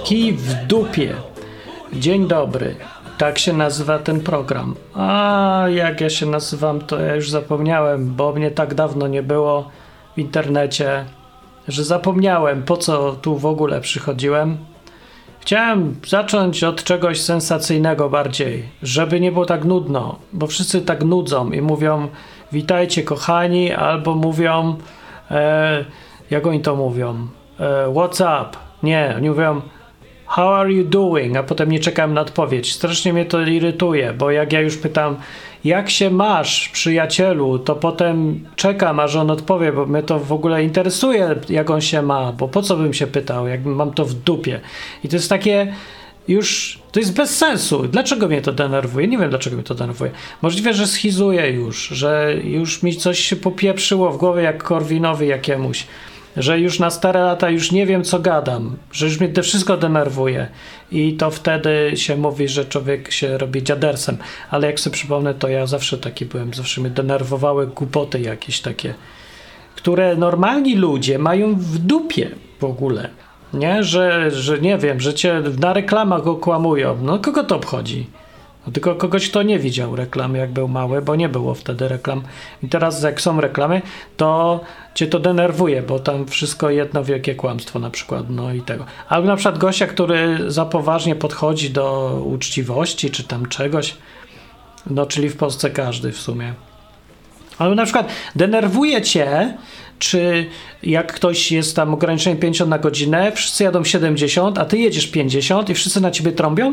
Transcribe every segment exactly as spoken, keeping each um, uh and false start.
Kij w dupie. Dzień dobry. Tak się nazywa ten program. A jak ja się nazywam, to ja już zapomniałem, bo mnie tak dawno nie było w internecie, że zapomniałem, po co tu w ogóle przychodziłem. Chciałem zacząć od czegoś sensacyjnego bardziej, żeby nie było tak nudno, bo wszyscy tak nudzą i mówią witajcie kochani, albo mówią e, jak oni to mówią e, what's up? Nie, oni mówią how are you doing? A potem nie czekam na odpowiedź. Strasznie mnie to irytuje, bo jak ja już pytam jak się masz, przyjacielu, to potem czekam, aż on odpowie, bo mnie to w ogóle interesuje, jak on się ma, bo po co bym się pytał, jak mam to w dupie. I to jest takie już, to jest bez sensu. Dlaczego mnie to denerwuje? Nie wiem, dlaczego mnie to denerwuje. Możliwe, że schizuję już, że już mi coś się popieprzyło w głowie jak Korwinowi jakiemuś, że już na stare lata już nie wiem, co gadam, że już mnie to wszystko denerwuje i to wtedy się mówi, że człowiek się robi dziadersem, ale jak sobie przypomnę, to ja zawsze taki byłem, zawsze mnie denerwowały głupoty jakieś takie, które normalni ludzie mają w dupie w ogóle, nie, że, że nie wiem, że cię na reklamach okłamują, no kogo to obchodzi? No, tylko kogoś, kto nie widział reklam, jak był mały, bo nie było wtedy reklam. I teraz jak są reklamy, to cię to denerwuje, bo tam wszystko jedno wielkie kłamstwo na przykład, no i tego. Albo na przykład gościa, który za poważnie podchodzi do uczciwości, czy tam czegoś, no czyli w Polsce każdy w sumie. Albo na przykład denerwuje cię, czy jak ktoś jest tam ograniczenie pięćdziesiąt na godzinę, wszyscy jadą siedemdziesiąt, a ty jedziesz pięćdziesiąt i wszyscy na ciebie trąbią?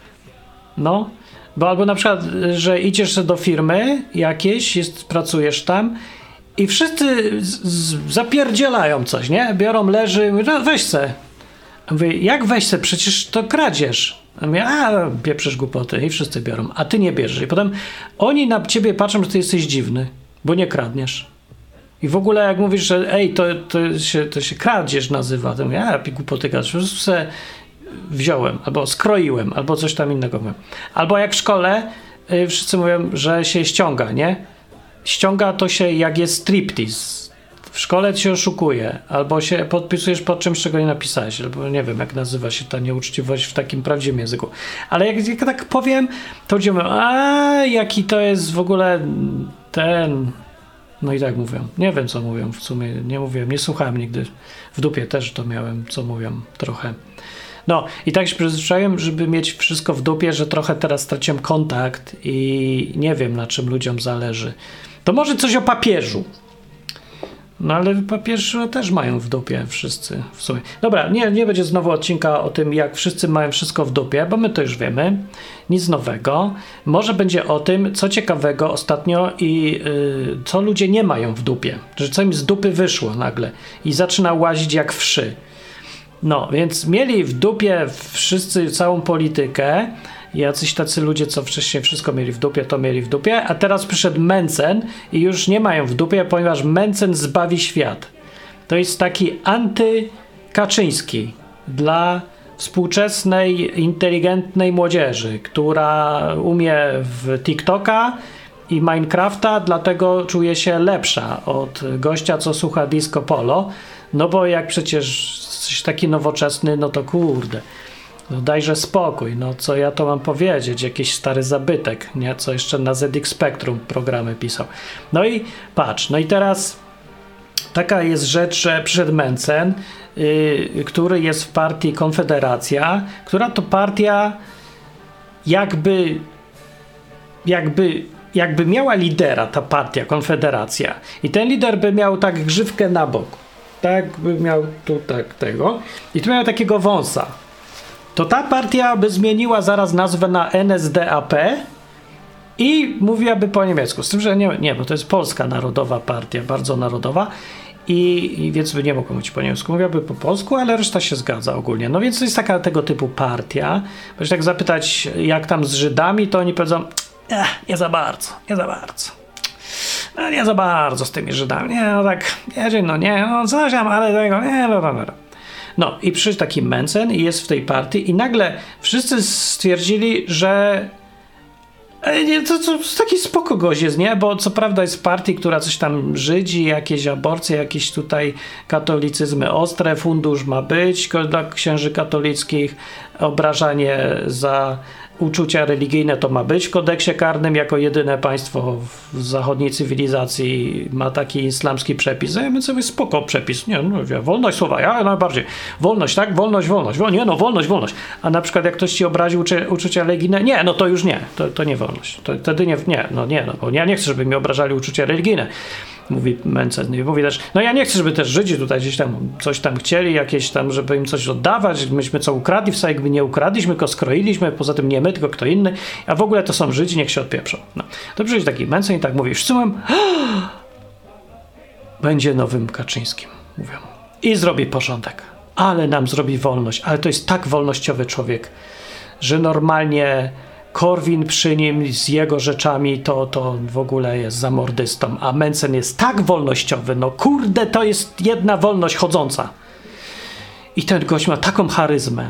No. Bo albo na przykład, że idziesz do firmy jakiejś, jest, pracujesz tam i wszyscy z, z, zapierdzielają coś, nie? Biorą, leży, mówię, no weź se. Mówię, jak weź se? Przecież to kradzież. A mówię, a pieprzysz głupoty i wszyscy biorą, a ty nie bierzesz. I potem oni na ciebie patrzą, że ty jesteś dziwny, bo nie kradniesz. I w ogóle jak mówisz, że ej, to, to, się, to się kradzież nazywa, to mówię, a głupoty gadasz, po prostu se wziąłem, albo skroiłem, albo coś tam innego mówię. Albo jak w szkole yy, wszyscy mówią, że się ściąga, nie? Ściąga to się jak jest striptease. W szkole cię oszukuje, albo się podpisujesz pod czymś, czego nie napisałeś, albo nie wiem, jak nazywa się ta nieuczciwość w takim prawdziwym języku. Ale jak, jak tak powiem, to ludzie mówią, a jaki to jest w ogóle ten... No i tak mówią. Nie wiem, co mówią w sumie. Nie mówiłem, nie słuchałem nigdy. W dupie też to miałem, co mówią trochę. No i tak się przyzwyczaiłem, żeby mieć wszystko w dupie, że trochę teraz straciłem kontakt i nie wiem, na czym ludziom zależy. To może coś o papieżu. No ale papieże też mają w dupie wszyscy w sumie. Dobra, nie, nie będzie znowu odcinka o tym, jak wszyscy mają wszystko w dupie, bo my to już wiemy. Nic nowego. Może będzie o tym, co ciekawego ostatnio i yy, co ludzie nie mają w dupie. Że co im z dupy wyszło nagle i zaczyna łazić jak wszy. No, więc mieli w dupie wszyscy całą politykę. Jacyś tacy ludzie, co wcześniej wszystko mieli w dupie, to mieli w dupie, a teraz przyszedł Mencen i już nie mają w dupie, ponieważ Mencen zbawi świat. To jest taki anty-Kaczyński dla współczesnej, inteligentnej młodzieży, która umie w TikToka i Minecrafta, dlatego czuje się lepsza od gościa, co słucha disco polo, no bo jak przecież jesteś taki nowoczesny, no to kurde, no dajże spokój, no co ja to mam powiedzieć, jakiś stary zabytek, nie, co jeszcze na Z X Spectrum programy pisał. No i patrz, no i teraz taka jest rzecz, że przyszedł Mencen, yy, który jest w partii Konfederacja, która to partia jakby jakby jakby miała lidera, ta partia, Konfederacja, i ten lider by miał tak grzywkę na bok, tak by miał tu tak tego i tu miał takiego wąsa. To ta partia by zmieniła zaraz nazwę na N S D A P i mówiłaby po niemiecku. Z tym, że nie, nie, bo to jest Polska Narodowa Partia, bardzo narodowa i, i więc by nie mogła mówić po niemiecku. Mówiłaby po polsku, ale reszta się zgadza ogólnie. No więc to jest taka tego typu partia. Bo tak zapytać, jak tam z Żydami, to oni powiedzą, eh, nie za bardzo, nie za bardzo. No nie za bardzo z tymi Żydami. Nie, no tak, nie, no nie, no coś tam, ale tego, nie, no, no, no. No i przyszedł taki Mencen i jest w tej partii i nagle wszyscy stwierdzili, że Nie, to, to taki spoko gość jest, nie? Bo co prawda jest w partii, która coś tam żydzi, jakieś aborcje, jakieś tutaj katolicyzmy ostre, fundusz ma być dla księży katolickich, obrażanie za uczucia religijne to ma być w kodeksie karnym, jako jedyne państwo w zachodniej cywilizacji ma taki islamski przepis. Ja sobie spoko przepis, nie, no, wolność słowa, ja najbardziej. Wolność, tak? Wolność, wolność, wolność, nie no, wolność, wolność. A na przykład jak ktoś ci obraził uczy, uczucia religijne, nie, no to już nie, to, to nie wolność. To, wtedy nie, nie, no nie, no, bo ja nie chcę, żeby mi obrażali uczucia religijne. Mówi Mencen, mówi też, no ja nie chcę, żeby też Żydzi tutaj gdzieś tam coś tam chcieli, jakieś tam, żeby im coś oddawać, myśmy co ukradli, wcale jakby nie ukradliśmy, tylko skroiliśmy, poza tym nie my, tylko kto inny, a w ogóle to są Żydzi, niech się odpieprzą. No. To przyjdzie taki Mencen i tak mówi, wszyscy mówią, będzie nowym Kaczyńskim, mówią, i zrobi porządek, ale nam zrobi wolność, ale to jest tak wolnościowy człowiek, że normalnie Korwin przy nim z jego rzeczami to, to w ogóle jest zamordystą, a Mencen jest tak wolnościowy, no kurde, to jest jedna wolność chodząca. I ten gość ma taką charyzmę.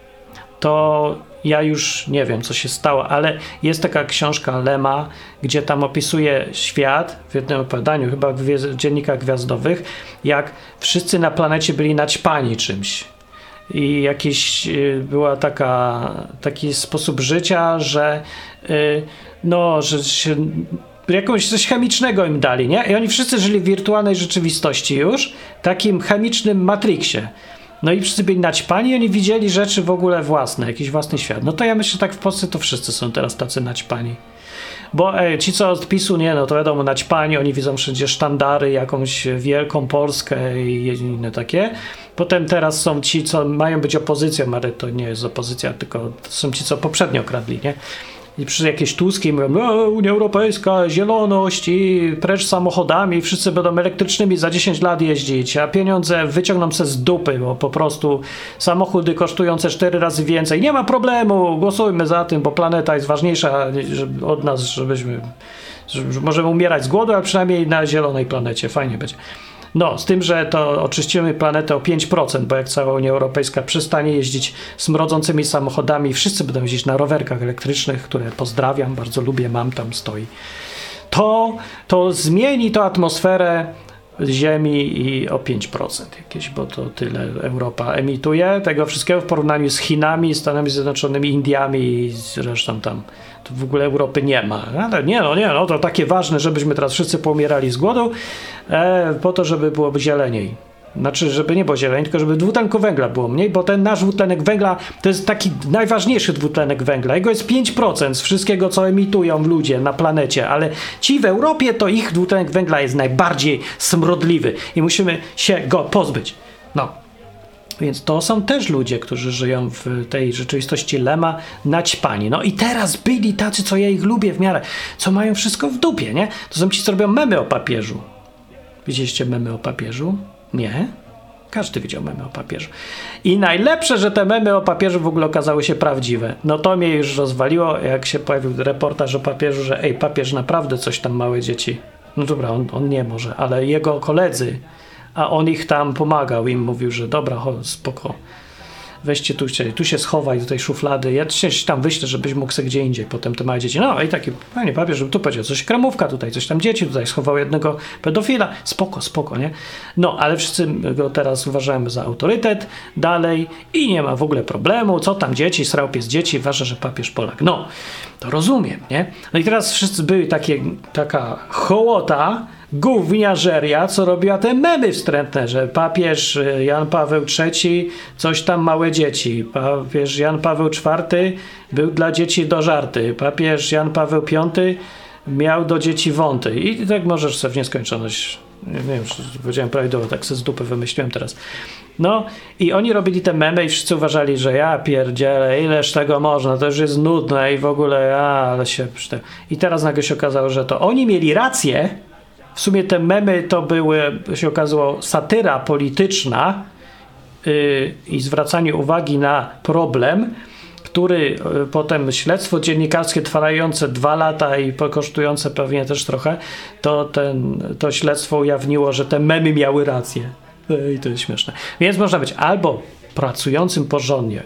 To ja już nie wiem, co się stało, ale jest taka książka Lema, gdzie tam opisuje świat, w jednym opowiadaniu, chyba w dziennikach gwiazdowych, jak wszyscy na planecie byli naćpani czymś. I jakiś y, była taka taki sposób życia, że y, no, że się jakąś coś chemicznego im dali, nie? I oni wszyscy żyli w wirtualnej rzeczywistości już, takim chemicznym Matrixie. No i wszyscy byli naćpani i oni widzieli rzeczy w ogóle własne, jakiś własny świat. No to ja myślę, że tak w Polsce to wszyscy są teraz tacy naćpani. Bo ej, ci co od PiSu, nie no, to wiadomo, naćpani, oni widzą wszędzie sztandary, jakąś wielką Polskę i inne takie. Potem teraz są ci, co mają być opozycją, ale to nie jest opozycja, tylko to są ci, co poprzednio kradli, nie? I przy jakiejś Tuskiej mówią, no, Unia Europejska, zieloność i precz samochodami, wszyscy będą elektrycznymi za dziesięć lat jeździć, a pieniądze wyciągną se z dupy, bo po prostu samochody kosztujące cztery razy więcej. Nie ma problemu, głosujmy za tym, bo planeta jest ważniejsza od nas, żebyśmy, że możemy umierać z głodu, ale przynajmniej na zielonej planecie, fajnie będzie. No, z tym, że to oczyścimy planetę o pięć procent, bo jak cała Unia Europejska przestanie jeździć smrodzącymi samochodami, wszyscy będą jeździć na rowerkach elektrycznych, które pozdrawiam, bardzo lubię, mam, tam stoi. To, to zmieni to atmosferę Ziemi i o pięć procent jakieś, bo to tyle Europa emituje tego wszystkiego w porównaniu z Chinami, Stanami Zjednoczonymi, Indiami i zresztą tam to w ogóle Europy nie ma. Ale nie no, nie no, to takie ważne, żebyśmy teraz wszyscy pomierali z głodu, e, po to, żeby było zieleniej. Znaczy, żeby nie było zieleni, tylko żeby dwutlenku węgla było mniej, bo ten nasz dwutlenek węgla to jest taki najważniejszy dwutlenek węgla. Jego jest pięć procent z wszystkiego, co emitują ludzie na planecie, ale ci w Europie, to ich dwutlenek węgla jest najbardziej smrodliwy i musimy się go pozbyć. No. Więc to są też ludzie, którzy żyją w tej rzeczywistości Lema naćpani. No i teraz byli tacy, co ja ich lubię w miarę, co mają wszystko w dupie, nie? To są ci, co robią memy o papieżu. Widzieliście memy o papieżu? Nie? Każdy widział memy o papieżu. I najlepsze, że te memy o papieżu w ogóle okazały się prawdziwe. No to mnie już rozwaliło, jak się pojawił reportaż o papieżu, że ej, papież naprawdę coś tam małe dzieci. No dobra, on, on nie może, ale jego koledzy, a on ich tam pomagał, im mówił, że dobra, ho, spoko. Weźcie tu, tu się schowaj do tej szuflady, ja się tam wyślę, żebyś mógł sobie gdzie indziej, potem te małe dzieci. No i taki, panie papież, żeby tu powiedział, coś kremówka tutaj, coś tam dzieci, tutaj schował jednego pedofila, spoko, spoko, nie? No, ale wszyscy go teraz uważamy za autorytet dalej i nie ma w ogóle problemu, co tam dzieci, srał pies dzieci, ważne, że papież Polak. No, to rozumiem, nie? No i teraz wszyscy byli takie, taka hołota, gówniarzeria, co robiła te memy wstrętne, że papież Jan Paweł trzeci, coś tam małe dzieci, papież Jan Paweł czwarty był dla dzieci do żarty, papież Jan Paweł piąty miał do dzieci wąty i tak możesz sobie w nieskończoność, nie wiem, powiedziałem prawidłowo, tak sobie z dupy wymyśliłem teraz. No i oni robili te memy i wszyscy uważali, że ja pierdzielę, ileż tego można, to już jest nudne i w ogóle, a, ale się... I teraz nagle się okazało, że to oni mieli rację. W sumie te memy to były, się okazało, satyra polityczna yy, i zwracanie uwagi na problem, który yy, potem śledztwo dziennikarskie trwające dwa lata i kosztujące pewnie też trochę, to, ten, to śledztwo ujawniło, że te memy miały rację. I to jest śmieszne. Więc można być albo pracującym porządnie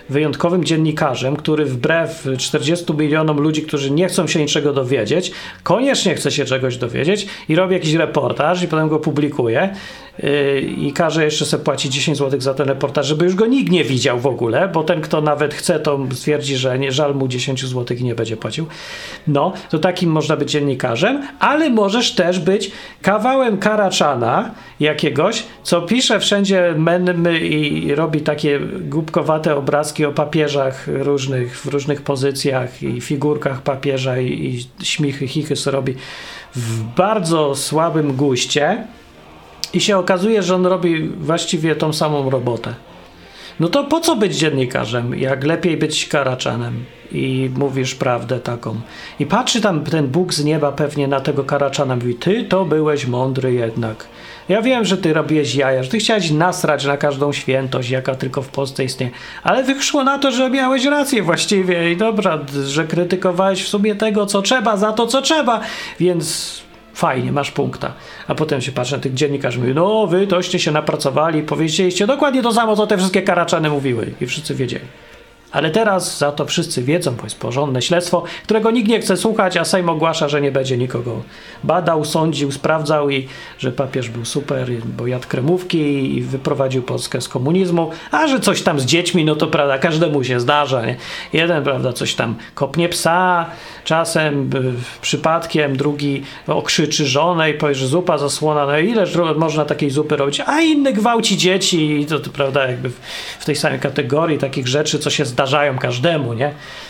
wyjątkowym dziennikarzem, który wbrew czterdziestu milionom ludzi, którzy nie chcą się niczego dowiedzieć, koniecznie chce się czegoś dowiedzieć i robi jakiś reportaż i potem go publikuje yy, i każe jeszcze sobie płacić dziesięć złotych za ten reportaż, żeby już go nikt nie widział w ogóle, bo ten, kto nawet chce, to stwierdzi, że nie żal mu dziesięć złotych i nie będzie płacił. No, to takim można być dziennikarzem, ale możesz też być kawałem Karaczana jakiegoś, co pisze wszędzie memy i robi takie głupkowate obrazki o papieżach różnych, w różnych pozycjach i figurkach papieża i, i śmichy, chichy co robi w bardzo słabym guście i się okazuje, że on robi właściwie tą samą robotę. No to po co być dziennikarzem, jak lepiej być Karaczanem i mówisz prawdę taką. I patrzy tam ten Bóg z nieba pewnie na tego Karaczana, mówi, ty to byłeś mądry jednak. Ja wiem, że ty robiłeś jaja, że ty chciałeś nasrać na każdą świętość, jaka tylko w Polsce istnieje, ale wyszło na to, że miałeś rację właściwie i dobra, że krytykowałeś w sumie tego, co trzeba, za to, co trzeba, więc fajnie, masz punkta. A potem się patrzy na tych dziennikarzy i mówi, no wy toście się napracowali, powiedzieliście dokładnie to samo, co te wszystkie Karaczany mówiły i wszyscy wiedzieli. Ale teraz za to wszyscy wiedzą, bo jest porządne śledztwo, którego nikt nie chce słuchać, a Sejm ogłasza, że nie będzie nikogo badał, sądził, sprawdzał i że papież był super, bo jadł kremówki i wyprowadził Polskę z komunizmu, a że coś tam z dziećmi, no to prawda, każdemu się zdarza, nie? Jeden, prawda, coś tam kopnie psa, czasem y, przypadkiem, drugi okrzyczy żonę i powie, że zupa zasłona, no ileż można takiej zupy robić, a inny gwałci dzieci i to, to prawda, jakby w, w tej samej kategorii takich rzeczy, co się zdarzają każdemu, nie?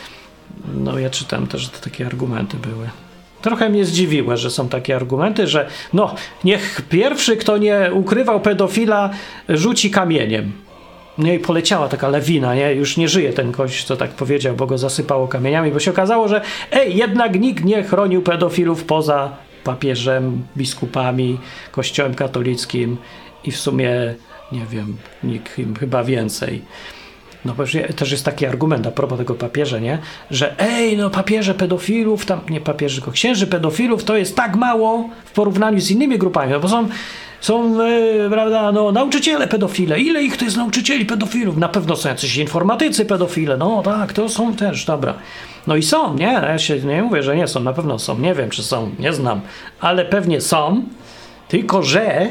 No ja czytam też, że to takie argumenty były. Trochę mnie zdziwiło, że są takie argumenty, że no, niech pierwszy, kto nie ukrywał pedofila, rzuci kamieniem. No i poleciała taka lawina, nie? Już nie żyje ten gość, co tak powiedział, bo go zasypało kamieniami, bo się okazało, że ej, jednak nikt nie chronił pedofilów poza papieżem, biskupami, kościołem katolickim i w sumie, nie wiem, nikt im chyba więcej. No bo też jest taki argument a propos tego papieża, nie? Że ej, no papieże pedofilów, tam nie papieży, tylko księży pedofilów to jest tak mało w porównaniu z innymi grupami, no bo są, są e, prawda, no nauczyciele pedofile. Ile ich to jest nauczycieli pedofilów? Na pewno są jacyś informatycy pedofile. No tak, to są też, dobra. No i są, nie? Ja się nie mówię, że nie są, na pewno są. Nie wiem, czy są, nie znam, ale pewnie są, tylko że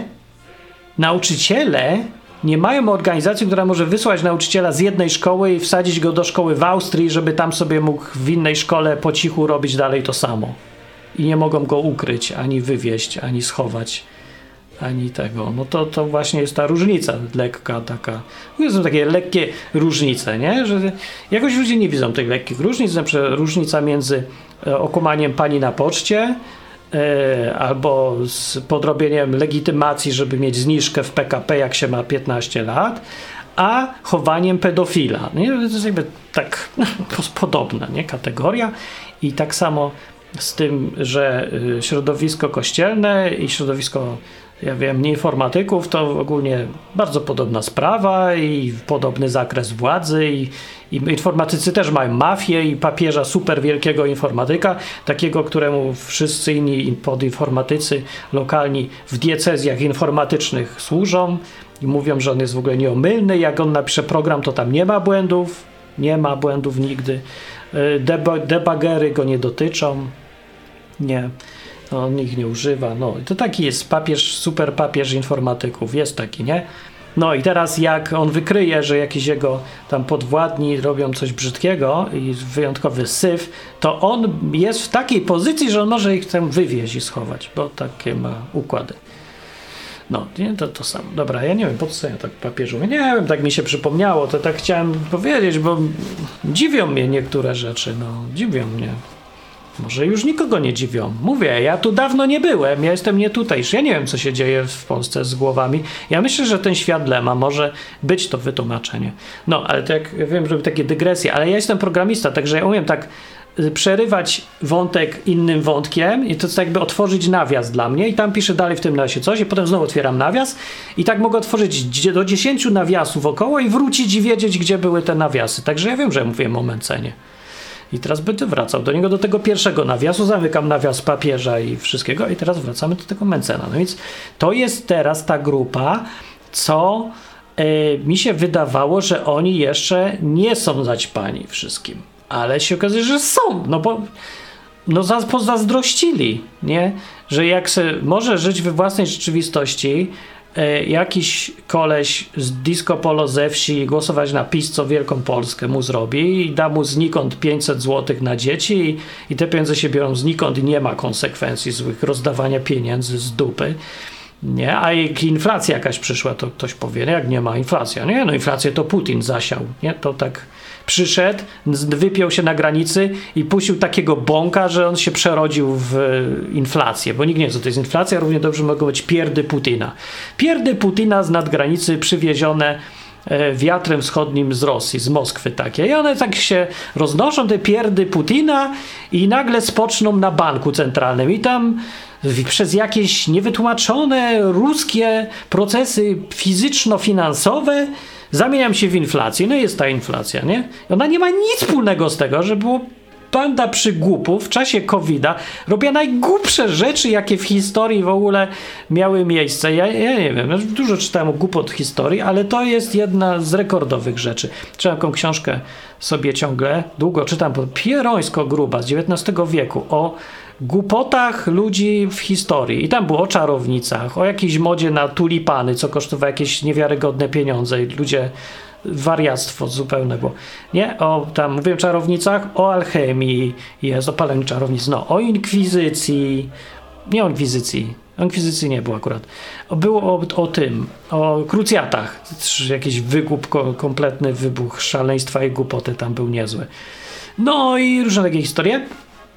nauczyciele nie mają organizacji, która może wysłać nauczyciela z jednej szkoły i wsadzić go do szkoły w Austrii, żeby tam sobie mógł w innej szkole po cichu robić dalej to samo. I nie mogą go ukryć, ani wywieźć, ani schować, ani tego. No to, to właśnie jest ta różnica lekka taka. To są takie lekkie różnice, nie? Że jakoś ludzie nie widzą tych lekkich różnic. Na przykład różnica między okumaniem pani na poczcie albo z podrobieniem legitymacji, żeby mieć zniżkę w P K P, jak się ma piętnaście lat, a chowaniem pedofila. Nie? To jest jakby tak podobna, nie? Kategoria i tak samo z tym, że środowisko kościelne i środowisko, ja wiem, informatyków to ogólnie bardzo podobna sprawa i podobny zakres władzy i, i informatycy też mają mafię i papieża super wielkiego informatyka, takiego, któremu wszyscy inni podinformatycy lokalni w diecezjach informatycznych służą i mówią, że on jest w ogóle nieomylny, jak on napisze program, to tam nie ma błędów, nie ma błędów nigdy, Deb- debagery go nie dotyczą, nie. No, on ich nie używa, no i to taki jest papież, super papież informatyków, jest taki, nie? No i teraz jak on wykryje, że jakiś jego tam podwładni robią coś brzydkiego i wyjątkowy syf, to on jest w takiej pozycji, że on może ich tam wywieźć i schować, bo takie ma układy. No, nie, to to samo. Dobra, ja nie wiem, po co ja tak papieżu, nie wiem, tak mi się przypomniało, to tak chciałem powiedzieć, bo dziwią mnie niektóre rzeczy, no, dziwią mnie. Może już nikogo nie dziwią. Mówię, ja tu dawno nie byłem, ja jestem nie tutejszy. Ja nie wiem, co się dzieje w Polsce z głowami. Ja myślę, że ten świat Lema może być to wytłumaczenie. No, ale to jak wiem, żeby takie dygresje, ale ja jestem programista, także ja umiem tak przerywać wątek innym wątkiem i to jest jakby otworzyć nawias dla mnie i tam piszę dalej w tym nawiasie coś i potem znowu otwieram nawias i tak mogę otworzyć do dziesięciu nawiasów około i wrócić i wiedzieć, gdzie były te nawiasy. Także ja wiem, że ja mówiłem o Mencenie. I teraz będę wracał do niego, do tego pierwszego nawiasu, zamykam nawias papieża i wszystkiego i teraz wracamy do tego Mencena. No więc to jest teraz ta grupa, co e, mi się wydawało, że oni jeszcze nie są zaćpani wszystkim, ale się okazuje, że są, no bo no za, pozazdrościli, nie? Że jak se może żyć we własnej rzeczywistości, e, jakiś koleś z disco polo ze wsi głosować na PiS, co Wielką Polskę mu zrobi i da mu znikąd pięćset złotych na dzieci i, i te pieniądze się biorą znikąd i nie ma konsekwencji złych rozdawania pieniędzy z dupy. Nie, a jak inflacja jakaś przyszła, to ktoś powie, no jak nie ma inflacja, nie, no inflację to Putin zasiał, nie, to tak przyszedł, wypiął się na granicy i puścił takiego bąka, że on się przerodził w inflację, bo nikt nie wie, co to jest inflacja, równie dobrze mogą być pierdy Putina. Pierdy Putina z nadgranicy przywiezione wiatrem wschodnim z Rosji, z Moskwy takie. I one tak się roznoszą, te pierdy Putina i nagle spoczną na banku centralnym i tam przez jakieś niewytłumaczone ruskie procesy fizyczno-finansowe zamieniam się w inflację. No jest ta inflacja, nie? Ona nie ma nic wspólnego z tego, że było banda przygłupów w czasie kowida robiła najgłupsze rzeczy, jakie w historii w ogóle miały miejsce. Ja, ja nie wiem, dużo czytałem o głupot historii, ale to jest jedna z rekordowych rzeczy. Czytam taką książkę sobie ciągle, długo czytam, bo pierońsko gruba z dziewiętnastego wieku o głupotach ludzi w historii. I tam było o czarownicach, o jakiejś modzie na tulipany, co kosztowało jakieś niewiarygodne pieniądze i ludzie wariactwo zupełne było. Nie? O, tam mówiłem czarownicach, o alchemii, jest o paleniu czarownic, no, o inkwizycji, nie o inkwizycji, o inkwizycji nie było akurat. Było o, o tym, o krucjatach, jakiś wygłup, kompletny wybuch szaleństwa i głupoty tam był niezły. No i różne takie historie.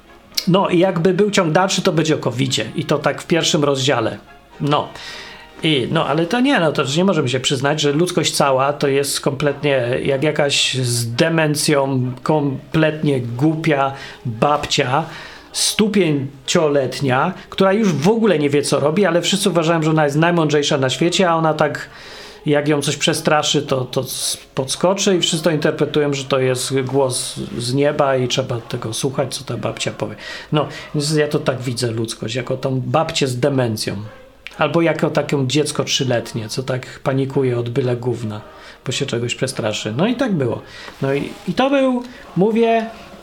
No i jakby był ciąg dalszy, to będzie o kowidzie i to tak w pierwszym rozdziale. No. I, no ale to nie, no to nie możemy się przyznać, że ludzkość cała to jest kompletnie jak jakaś z demencją kompletnie głupia babcia stupięcioletnia, która już w ogóle nie wie co robi, ale wszyscy uważają, że ona jest najmądrzejsza na świecie, a ona tak jak ją coś przestraszy, to, to podskoczy i wszyscy to interpretują, że to jest głos z nieba i trzeba tego słuchać, co ta babcia powie. No, więc ja to tak widzę ludzkość, jako tą babcię z demencją. Albo jako takie dziecko trzyletnie, co tak panikuje od byle gówna, bo się czegoś przestraszy. No i tak było. No i, i to był, mówię,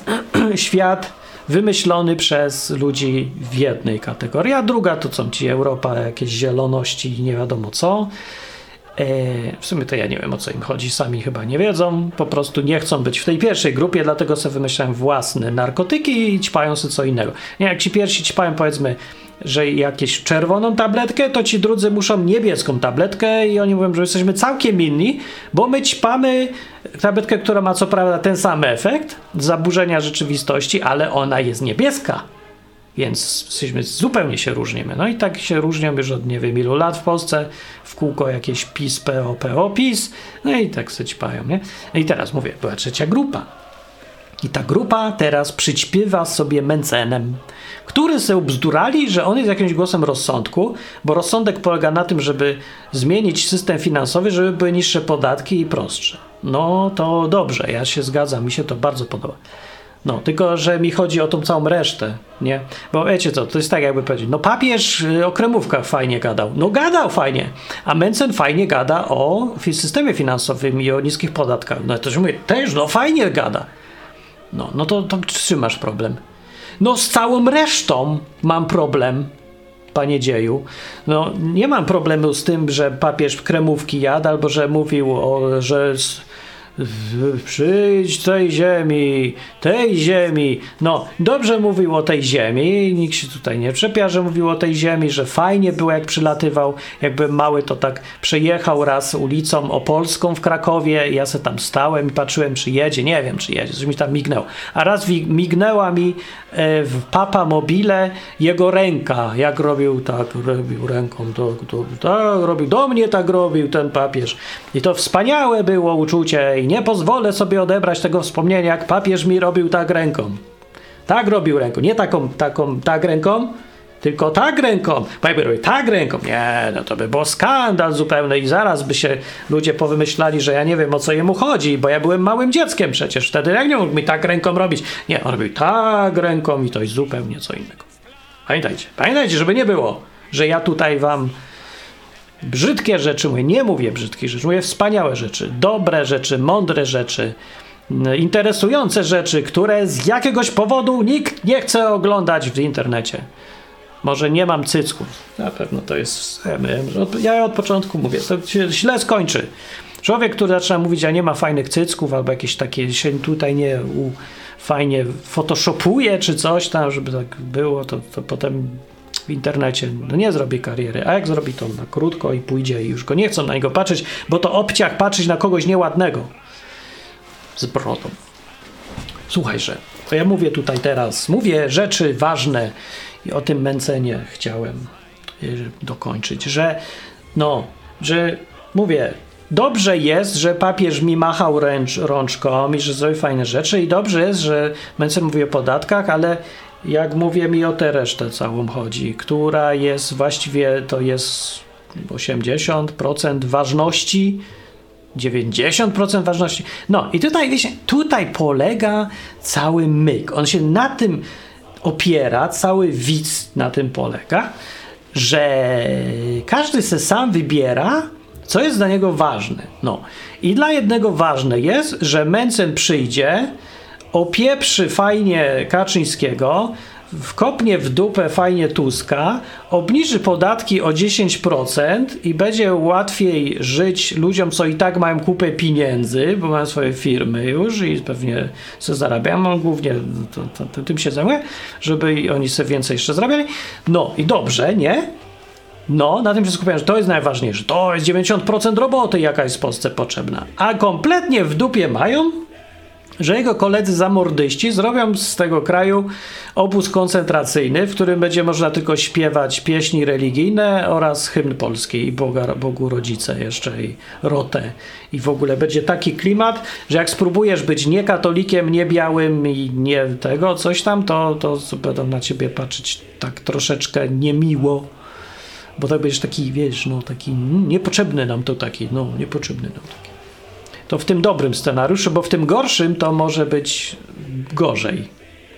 świat wymyślony przez ludzi w jednej kategorii, a druga to są ci Europa, jakieś zieloności i nie wiadomo co. E, w sumie to ja nie wiem, o co im chodzi, sami chyba nie wiedzą, po prostu nie chcą być w tej pierwszej grupie, dlatego sobie wymyślałem własne narkotyki i ćpają sobie co innego. Nie, jak ci pierwsi ćpają, powiedzmy, że jakieś czerwoną tabletkę, to ci drudzy muszą niebieską tabletkę i oni mówią, że jesteśmy całkiem inni, bo my ćpamy tabletkę, która ma co prawda ten sam efekt zaburzenia rzeczywistości, ale ona jest niebieska. Więc jesteśmy, zupełnie się różnimy. No i tak się różnią już od nie wiem ilu lat w Polsce. W kółko jakieś PiS, P O, P O, PiS. No i tak se ćpają, nie? No i teraz mówię, była trzecia grupa. I ta grupa teraz przyćpiewa sobie Mencenem, który se ubzdurali, że on jest jakimś głosem rozsądku, bo rozsądek polega na tym, żeby zmienić system finansowy, żeby były niższe podatki i prostsze. No to dobrze, ja się zgadzam, mi się to bardzo podoba. No, tylko że mi chodzi o tą całą resztę, nie? Bo wiecie co, to jest tak jakby powiedzieć, no papież o kremówkach fajnie gadał. No gadał fajnie, a Mencen fajnie gada o systemie finansowym i o niskich podatkach. No to się mówię, też no fajnie gada. No, no to, to z czym masz problem? No z całą resztą mam problem, panie dzieju. No nie mam problemu z tym, że papież kremówki jadł, albo że mówił, o, że przyjdź tej ziemi, tej ziemi. No, dobrze mówił o tej ziemi, nikt się tutaj nie czepia, że mówił o tej ziemi, że fajnie było jak przylatywał, jak byłem mały, to tak przejechał raz ulicą Opolską w Krakowie, ja se tam stałem i patrzyłem, czy jedzie, nie wiem, czy jedzie, coś mi tam mignęło. A raz mignęła mi e, w Papa Mobile jego ręka, jak robił, tak robił ręką, tak, to, tak robił, do mnie tak robił ten papież. I to wspaniałe było uczucie i nie pozwolę sobie odebrać tego wspomnienia, jak papież mi robił tak ręką. Tak robił ręką, nie taką, taką, tak ręką, tylko tak ręką. Bo jakby robił tak ręką, nie, no to by było skandal zupełny i zaraz by się ludzie powymyślali, że ja nie wiem, o co jemu chodzi, bo ja byłem małym dzieckiem przecież, wtedy jak nie mógł mi tak ręką robić. Nie, on robił tak ręką i to jest zupełnie co innego. Pamiętajcie, pamiętajcie, żeby nie było, że ja tutaj wam brzydkie rzeczy mówię, nie mówię brzydkich rzeczy, mówię wspaniałe rzeczy, dobre rzeczy, mądre rzeczy, interesujące rzeczy, które z jakiegoś powodu nikt nie chce oglądać w internecie. Może nie mam cycków, na pewno to jest, ja od początku mówię, to się źle skończy. Człowiek, który zaczyna mówić, a nie ma fajnych cycków, albo jakieś takie się tutaj nie u, fajnie photoshopuje, czy coś tam, żeby tak było, to, to potem w internecie no nie zrobi kariery, a jak zrobi, to na krótko i pójdzie i już go nie chcą na niego patrzeć, bo to obciach patrzeć na kogoś nieładnego z brodą. Słuchajże, to ja mówię tutaj teraz, mówię rzeczy ważne i o tym Mencenie chciałem dokończyć, że no, że mówię, dobrze jest, że papież mi machał ręcz, rączką i że zrobi fajne rzeczy i dobrze jest, że Mencen mówi o podatkach, ale jak mówię, mi o tę resztę całą chodzi, która jest właściwie, to jest osiemdziesiąt procent ważności, dziewięćdziesiąt procent ważności. No i tutaj, wiecie, tutaj polega cały myk. On się na tym opiera, cały widz na tym polega, że każdy se sam wybiera, co jest dla niego ważne. No i dla jednego ważne jest, że Mencen przyjdzie, opieprzy fajnie Kaczyńskiego, wkopnie w dupę fajnie Tuska, obniży podatki o dziesięć procent i będzie łatwiej żyć ludziom, co i tak mają kupę pieniędzy, bo mają swoje firmy już i pewnie sobie zarabiają, on głównie to, to, to, tym się zajmuje, żeby oni sobie więcej jeszcze zarabiali. No i dobrze, nie? No, na tym się skupiają, że to jest najważniejsze. To jest dziewięćdziesiąt procent roboty, jaka jest w Polsce potrzebna. A kompletnie w dupie mają, że jego koledzy zamordyści zrobią z tego kraju obóz koncentracyjny, w którym będzie można tylko śpiewać pieśni religijne oraz hymn polski i Boga, Bogu Rodzice jeszcze i Rotę. I w ogóle będzie taki klimat, że jak spróbujesz być nie katolikiem, nie białym i nie tego, coś tam, to, to będą na ciebie patrzeć tak troszeczkę niemiło. Bo tak będziesz taki, wiesz, no taki niepotrzebny nam to taki, no niepotrzebny nam taki. To w tym dobrym scenariuszu, bo w tym gorszym to może być gorzej.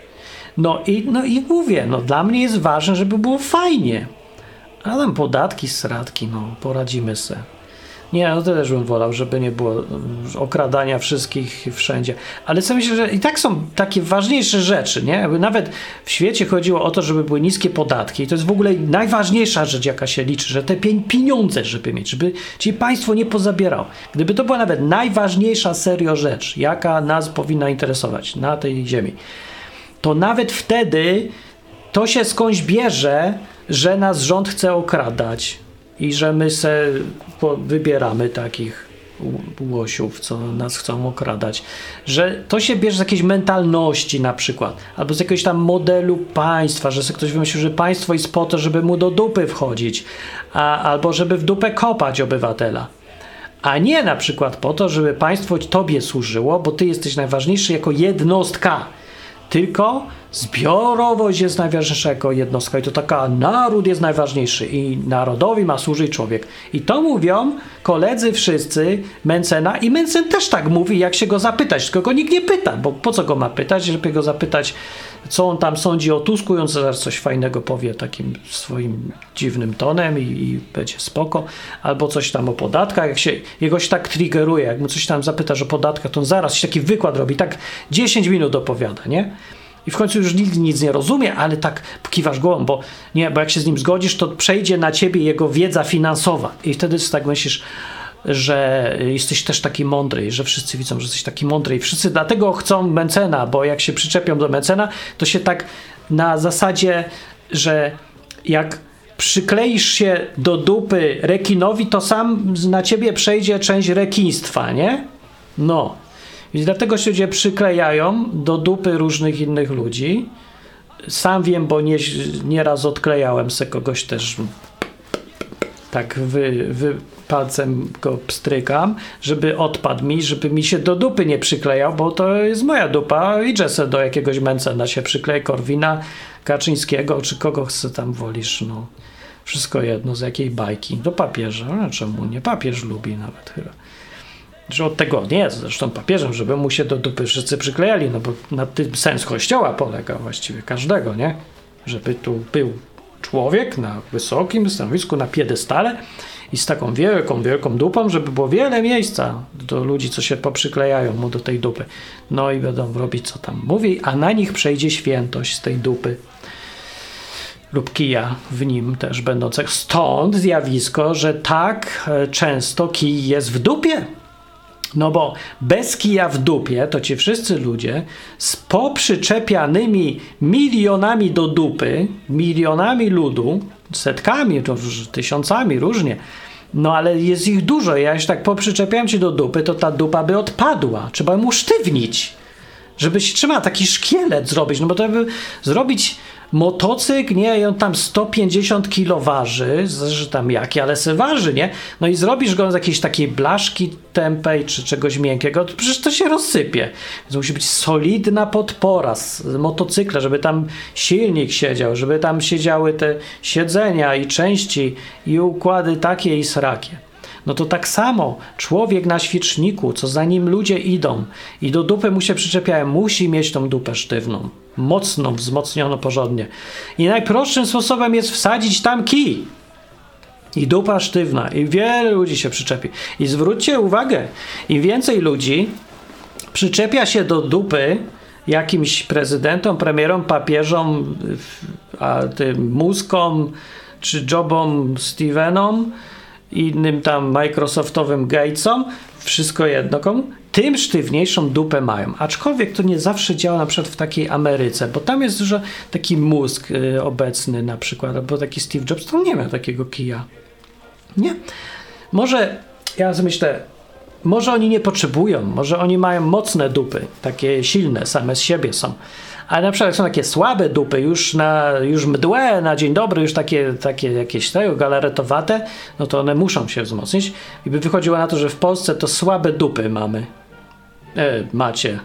No i, no i mówię, no dla mnie jest ważne, żeby było fajnie. A tam podatki, stratki, no poradzimy se. Nie, no to też bym wolał, żeby nie było okradania wszystkich wszędzie. Ale co myślę, że i tak są takie ważniejsze rzeczy, nie? Jakby nawet w świecie chodziło o to, żeby były niskie podatki. I to jest w ogóle najważniejsza rzecz, jaka się liczy, że te pieniądze, żeby mieć, żeby ci państwo nie pozabierało. Gdyby to była nawet najważniejsza serio rzecz, jaka nas powinna interesować na tej ziemi, to nawet wtedy to się skądś bierze, że nas rząd chce okradać. I że my se wybieramy takich łosiów, co nas chcą okradać. Że to się bierze z jakiejś mentalności na przykład, albo z jakiegoś tam modelu państwa, że sobie ktoś wymyślił, że państwo jest po to, żeby mu do dupy wchodzić, a, albo żeby w dupę kopać obywatela. A nie na przykład po to, żeby państwo tobie służyło, bo ty jesteś najważniejszy jako jednostka. Tylko zbiorowość jest najważniejsza jako jednostka i to taka naród jest najważniejszy i narodowi ma służyć człowiek. I to mówią koledzy wszyscy Mencena i Mencen też tak mówi, jak się go zapytać, tylko go nikt nie pyta, bo po co go ma pytać, żeby go zapytać, co on tam sądzi o Tusku i on zaraz coś fajnego powie takim swoim dziwnym tonem i, i będzie spoko, albo coś tam o podatkach, jak się jegoś tak triggeruje, jak mu coś tam zapytasz o podatkach, to on zaraz taki wykład robi, tak dziesięć minut opowiada, nie? I w końcu już nikt nic nie rozumie, ale tak kiwasz głową, bo nie, bo jak się z nim zgodzisz, to przejdzie na ciebie jego wiedza finansowa i wtedy tak myślisz, że jesteś też taki mądry, że wszyscy widzą, że jesteś taki mądry i wszyscy dlatego chcą Mencena, bo jak się przyczepią do Mencena, to się tak na zasadzie, że jak przykleisz się do dupy rekinowi, to sam na ciebie przejdzie część rekinstwa, nie? No. Więc dlatego się ludzie przyklejają do dupy różnych innych ludzi. Sam wiem, bo nie, nieraz odklejałem se kogoś też tak wy, wy palcem go pstrykam, żeby odpadł mi, żeby mi się do dupy nie przyklejał, bo to jest moja dupa. Idzie se do jakiegoś Mencena się przykleje, Korwina, Kaczyńskiego, czy kogo chce tam wolisz, no. Wszystko jedno, z jakiej bajki. Do papieża. No, czemu nie? Papież lubi nawet chyba. Że od tego nie jest zresztą papieżem, żeby mu się do dupy wszyscy przyklejali, no bo na tym sens kościoła polega właściwie każdego, nie? Żeby tu był człowiek na wysokim stanowisku, na piedestale i z taką wielką, wielką dupą, żeby było wiele miejsca do ludzi, co się poprzyklejają mu do tej dupy. No i będą robić, co tam mówi, a na nich przejdzie świętość z tej dupy. Lub kija w nim też będącego. Stąd zjawisko, że tak często kij jest w dupie. No bo bez kija w dupie to ci wszyscy ludzie z poprzyczepianymi milionami do dupy, milionami ludu, setkami, to tysiącami różnie, no ale jest ich dużo. Ja już tak poprzyczepiam ci do dupy, to ta dupa by odpadła. Trzeba mu sztywnić, żeby się trzymał, taki szkielet zrobić, no bo to by zrobić motocykl, nie, i on tam sto pięćdziesiąt kilo waży, że tam jaki, ale se waży, nie? No i zrobisz go z jakiejś takiej blaszki tępej, czy czegoś miękkiego, to przecież to się rozsypie. Więc musi być solidna podpora z motocykla, żeby tam silnik siedział, żeby tam siedziały te siedzenia i części i układy takie i srakie. No to tak samo człowiek na świeczniku, co za nim ludzie idą i do dupy mu się przyczepiają, musi mieć tą dupę sztywną, mocną, wzmocnioną porządnie. I najprostszym sposobem jest wsadzić tam kij. I dupa sztywna. I wiele ludzi się przyczepi. I zwróćcie uwagę, im więcej ludzi przyczepia się do dupy jakimś prezydentom, premierom, papieżom, a tym mózgom, czy Jobom, Stevenom, innym tam Microsoftowym Gatesom, wszystko jedno komu, tym sztywniejszą dupę mają. Aczkolwiek to nie zawsze działa na przykład w takiej Ameryce, bo tam jest dużo taki mózg y, obecny na przykład, albo taki Steve Jobs, to nie miał takiego kija. Nie. Może, ja sobie myślę, może oni nie potrzebują, może oni mają mocne dupy, takie silne, same z siebie są. Ale na przykład są takie słabe dupy, już na już mdłe, na dzień dobry, już takie, takie jakieś tego galaretowate, no to one muszą się wzmocnić. I by wychodziło na to, że w Polsce to słabe dupy mamy. E, macie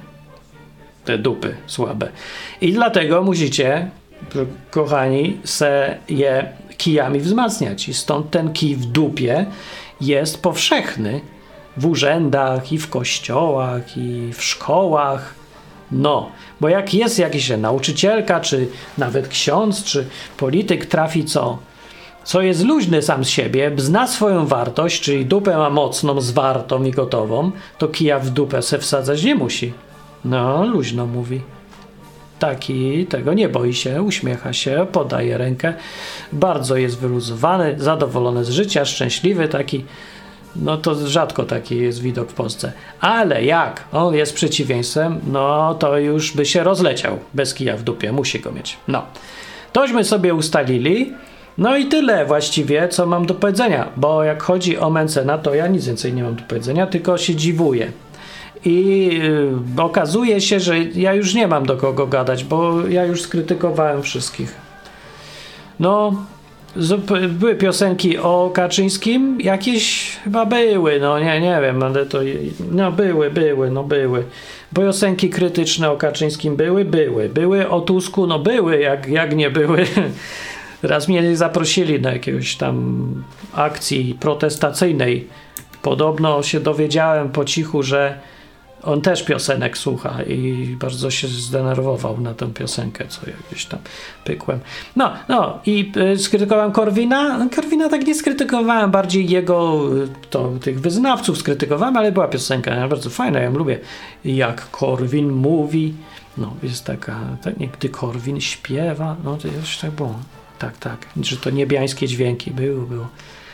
te dupy słabe. I dlatego musicie, kochani, se je kijami wzmacniać. I stąd ten kij w dupie jest powszechny w urzędach i w kościołach i w szkołach. No, bo jak jest jakaś nauczycielka, czy nawet ksiądz, czy polityk trafi co, co jest luźny sam z siebie, zna swoją wartość, czyli dupę ma mocną, zwartą i gotową, to kija w dupę se wsadzać nie musi. No, luźno mówi. Taki tego nie boi się, uśmiecha się, podaje rękę, bardzo jest wyluzowany, zadowolony z życia, szczęśliwy taki. No to rzadko taki jest widok w Polsce. Ale jak on jest przeciwieństwem, no to już by się rozleciał bez kija w dupie. Musi go mieć. No. Tośmy sobie ustalili. No i tyle właściwie, co mam do powiedzenia. Bo jak chodzi o Mencena, to ja nic więcej nie mam do powiedzenia, tylko się dziwuję. I yy, okazuje się, że ja już nie mam do kogo gadać, bo ja już skrytykowałem wszystkich. No... Były piosenki o Kaczyńskim? Jakieś chyba były, no nie, nie wiem, ale to, no były, były, no były. Piosenki krytyczne o Kaczyńskim były? Były. Były o Tusku? No były, jak, jak nie były. Raz mnie zaprosili na jakiegoś tam akcji protestacyjnej. Podobno się dowiedziałem po cichu, że on też piosenek słucha i bardzo się zdenerwował na tę piosenkę, co ja gdzieś tam pykłem. No, no i y, skrytykowałem Korwina. Korwina tak nie skrytykowałem, bardziej jego, to tych wyznawców skrytykowałem, ale była piosenka bardzo fajna, ja ją lubię. Jak Korwin mówi, no jest taka, tak, nie, gdy Korwin śpiewa, no to już tak było. Tak, tak, że to niebiańskie dźwięki były, było.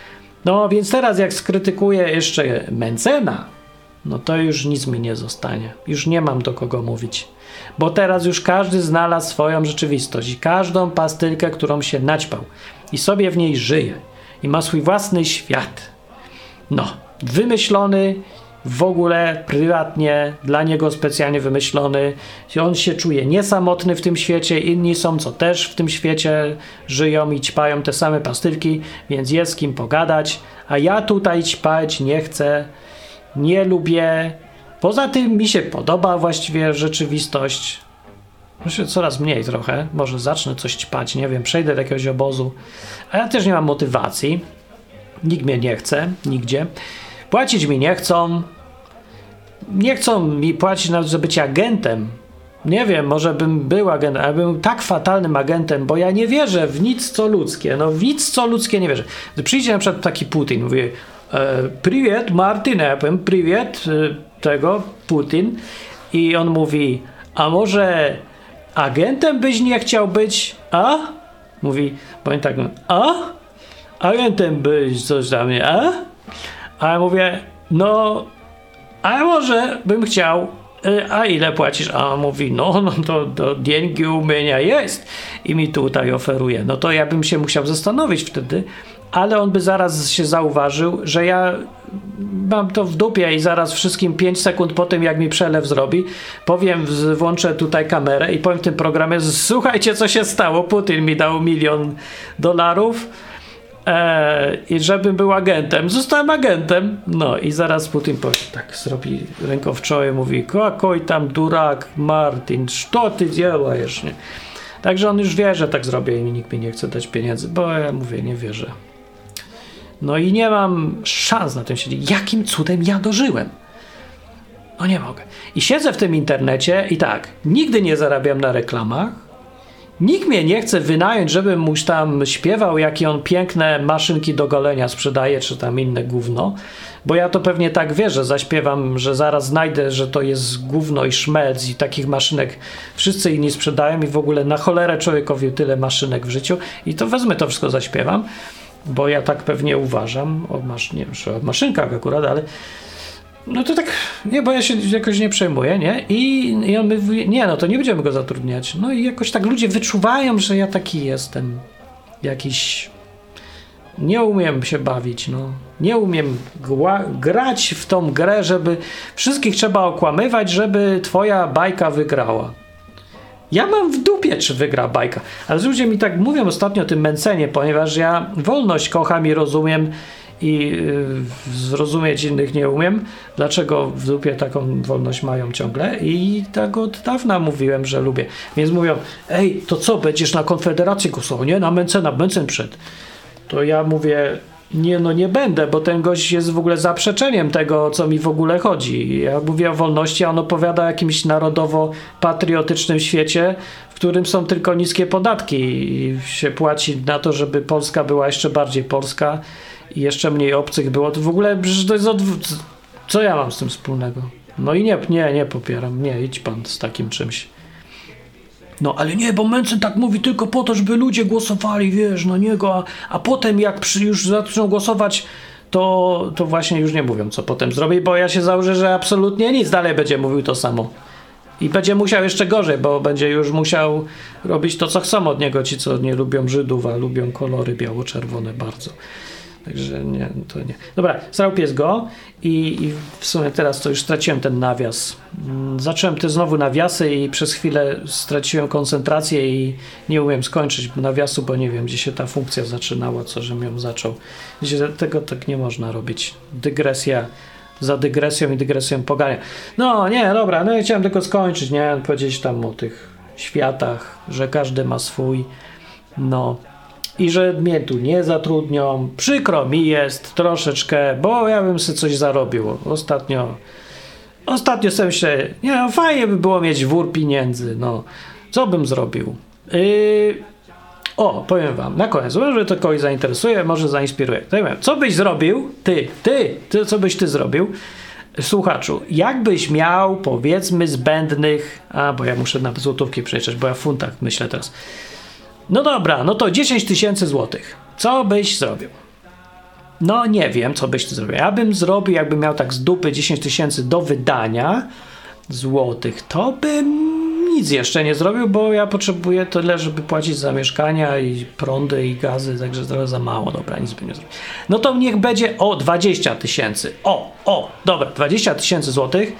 No więc teraz jak skrytykuję jeszcze Mencena, no to już nic mi nie zostanie. Już nie mam do kogo mówić. Bo teraz już każdy znalazł swoją rzeczywistość i każdą pastylkę, którą się naćpał i sobie w niej żyje i ma swój własny świat. No, wymyślony, w ogóle prywatnie, dla niego specjalnie wymyślony. On się czuje niesamotny w tym świecie, inni są, co też w tym świecie żyją i ćpają te same pastylki, więc jest z kim pogadać, a ja tutaj ćpać nie chcę. Nie lubię. Poza tym mi się podoba właściwie rzeczywistość. Myślę, coraz mniej trochę. Może zacznę coś ćpać, nie wiem, przejdę do jakiegoś obozu. A ja też nie mam motywacji. Nikt mnie nie chce, nigdzie. Płacić mi nie chcą. Nie chcą mi płacić nawet za bycie agentem. nie wiem, może bym był agentem, ale bym tak fatalnym agentem, bo ja nie wierzę w nic co ludzkie, no w nic co ludzkie nie wierzę. Gdy przyjdzie na przykład taki Putin, mówi e, Priwiet Martin, ja powiem Priwiet e, tego Putin i on mówi, a może agentem byś nie chciał być, a? Mówi, powiem tak, a? Agentem byś coś tam, nie, a? A ja mówię, no, a może bym chciał, a ile płacisz? A on mówi, no, no to, to dzięki umienia jest i mi tutaj oferuje. No to ja bym się musiał zastanowić wtedy, ale on by zaraz się zauważył, że ja mam to w dupie i zaraz wszystkim pięć sekund po tym, jak mi przelew zrobi, powiem, włączę tutaj kamerę i powiem w tym programie, słuchajcie, co się stało, Putin mi dał milion dolarów e, i żebym był agentem. Zostałem agentem. No i zaraz Putin powie, tak zrobi ręką w czoło i mówi, kakoj tam durak Martin, co ty działasz, nie? Także on już wie, że tak zrobię i nikt mi nie chce dać pieniędzy, bo ja mówię, nie wierzę. No i nie mam szans na tym siedzieć. Jakim cudem ja dożyłem? No nie mogę. I siedzę w tym internecie i tak, nigdy nie zarabiam na reklamach. Nikt mnie nie chce wynająć, żebym mu tam śpiewał, jakie on piękne maszynki do golenia sprzedaje, czy tam inne gówno. Bo ja to pewnie tak wierzę, zaśpiewam, że zaraz znajdę, że to jest gówno i szmelc i takich maszynek wszyscy inni sprzedają i w ogóle na cholerę człowiekowi tyle maszynek w życiu i to wezmę, to wszystko zaśpiewam. Bo ja tak pewnie uważam, o, masz, nie wiem, o maszynkach akurat, ale no to tak, nie, bo ja się jakoś nie przejmuję, nie? I, i on mówi, nie, no to nie będziemy go zatrudniać. No i jakoś tak ludzie wyczuwają, że ja taki jestem, jakiś, nie umiem się bawić, no. Nie umiem gła- grać w tą grę, żeby wszystkich trzeba okłamywać, żeby twoja bajka wygrała. Ja mam w dupie, czy wygra bajka. Ale ludzie mi tak mówią ostatnio o tym Mencenie, ponieważ ja wolność kocham i rozumiem i yy, zrozumieć innych nie umiem. Dlaczego w dupie taką wolność mają ciągle? I tak od dawna mówiłem, że lubię. Więc mówią, ej, to co, będziesz na Konfederację głosował? Nie, na Mencena, Mencen przed. To ja mówię, nie, no nie będę, bo ten gość jest w ogóle zaprzeczeniem tego, o co mi w ogóle chodzi. Ja mówię o wolności, a on opowiada o jakimś narodowo-patriotycznym świecie, w którym są tylko niskie podatki i się płaci na to, żeby Polska była jeszcze bardziej Polska i jeszcze mniej obcych było. To w ogóle, to jest odw- co ja mam z tym wspólnego? No i nie, nie, nie popieram. Nie, idź pan z takim czymś. No ale nie, bo Mencen tak mówi tylko po to, żeby ludzie głosowali, wiesz, na niego, a, a potem jak przy, już zaczną głosować, to, to właśnie już nie mówią, co potem zrobi, bo ja się założę, że absolutnie nic, dalej będzie mówił to samo. I będzie musiał jeszcze gorzej, bo będzie już musiał robić to, co chcą od niego ci, co nie lubią Żydów, a lubią kolory biało-czerwone bardzo. Także nie, to nie. Dobra, srał pies go i, i w sumie teraz to już straciłem ten nawias. Zacząłem te znowu nawiasy i przez chwilę straciłem koncentrację i nie umiem skończyć nawiasu, bo nie wiem, gdzie się ta funkcja zaczynała, co żem ją zaczął. Gdzie tego tak nie można robić. Dygresja za dygresją i dygresją pogania. No nie, dobra, no ja chciałem tylko skończyć, nie? Powiedzieć tam o tych światach, że każdy ma swój, no. I że mnie tu nie zatrudnią. Przykro mi jest troszeczkę, bo ja bym sobie coś zarobił. Ostatnio ostatnio sobie myślę, nie no, fajnie by było mieć wór pieniędzy, no. Co bym zrobił? Yy... O, powiem wam, na koniec, może to kogoś zainteresuje, może zainspiruje. Co byś zrobił? Ty, ty, ty, co byś ty zrobił? Słuchaczu, jakbyś miał, powiedzmy, zbędnych, a bo ja muszę na złotówki przejrzeć, bo ja w funtach myślę teraz. No dobra, no to dziesięć tysięcy złotych. Co byś zrobił? No nie wiem, co byś zrobił. Ja bym zrobił, jakbym miał tak z dupy dziesięć tysięcy do wydania złotych, to bym nic jeszcze nie zrobił, bo ja potrzebuję tyle, żeby płacić za mieszkania i prądy i gazy, także trochę za mało, dobra, nic bym nie zrobił. No to niech będzie o dwadzieścia tysięcy. O, o, dobra, dwadzieścia tysięcy złotych.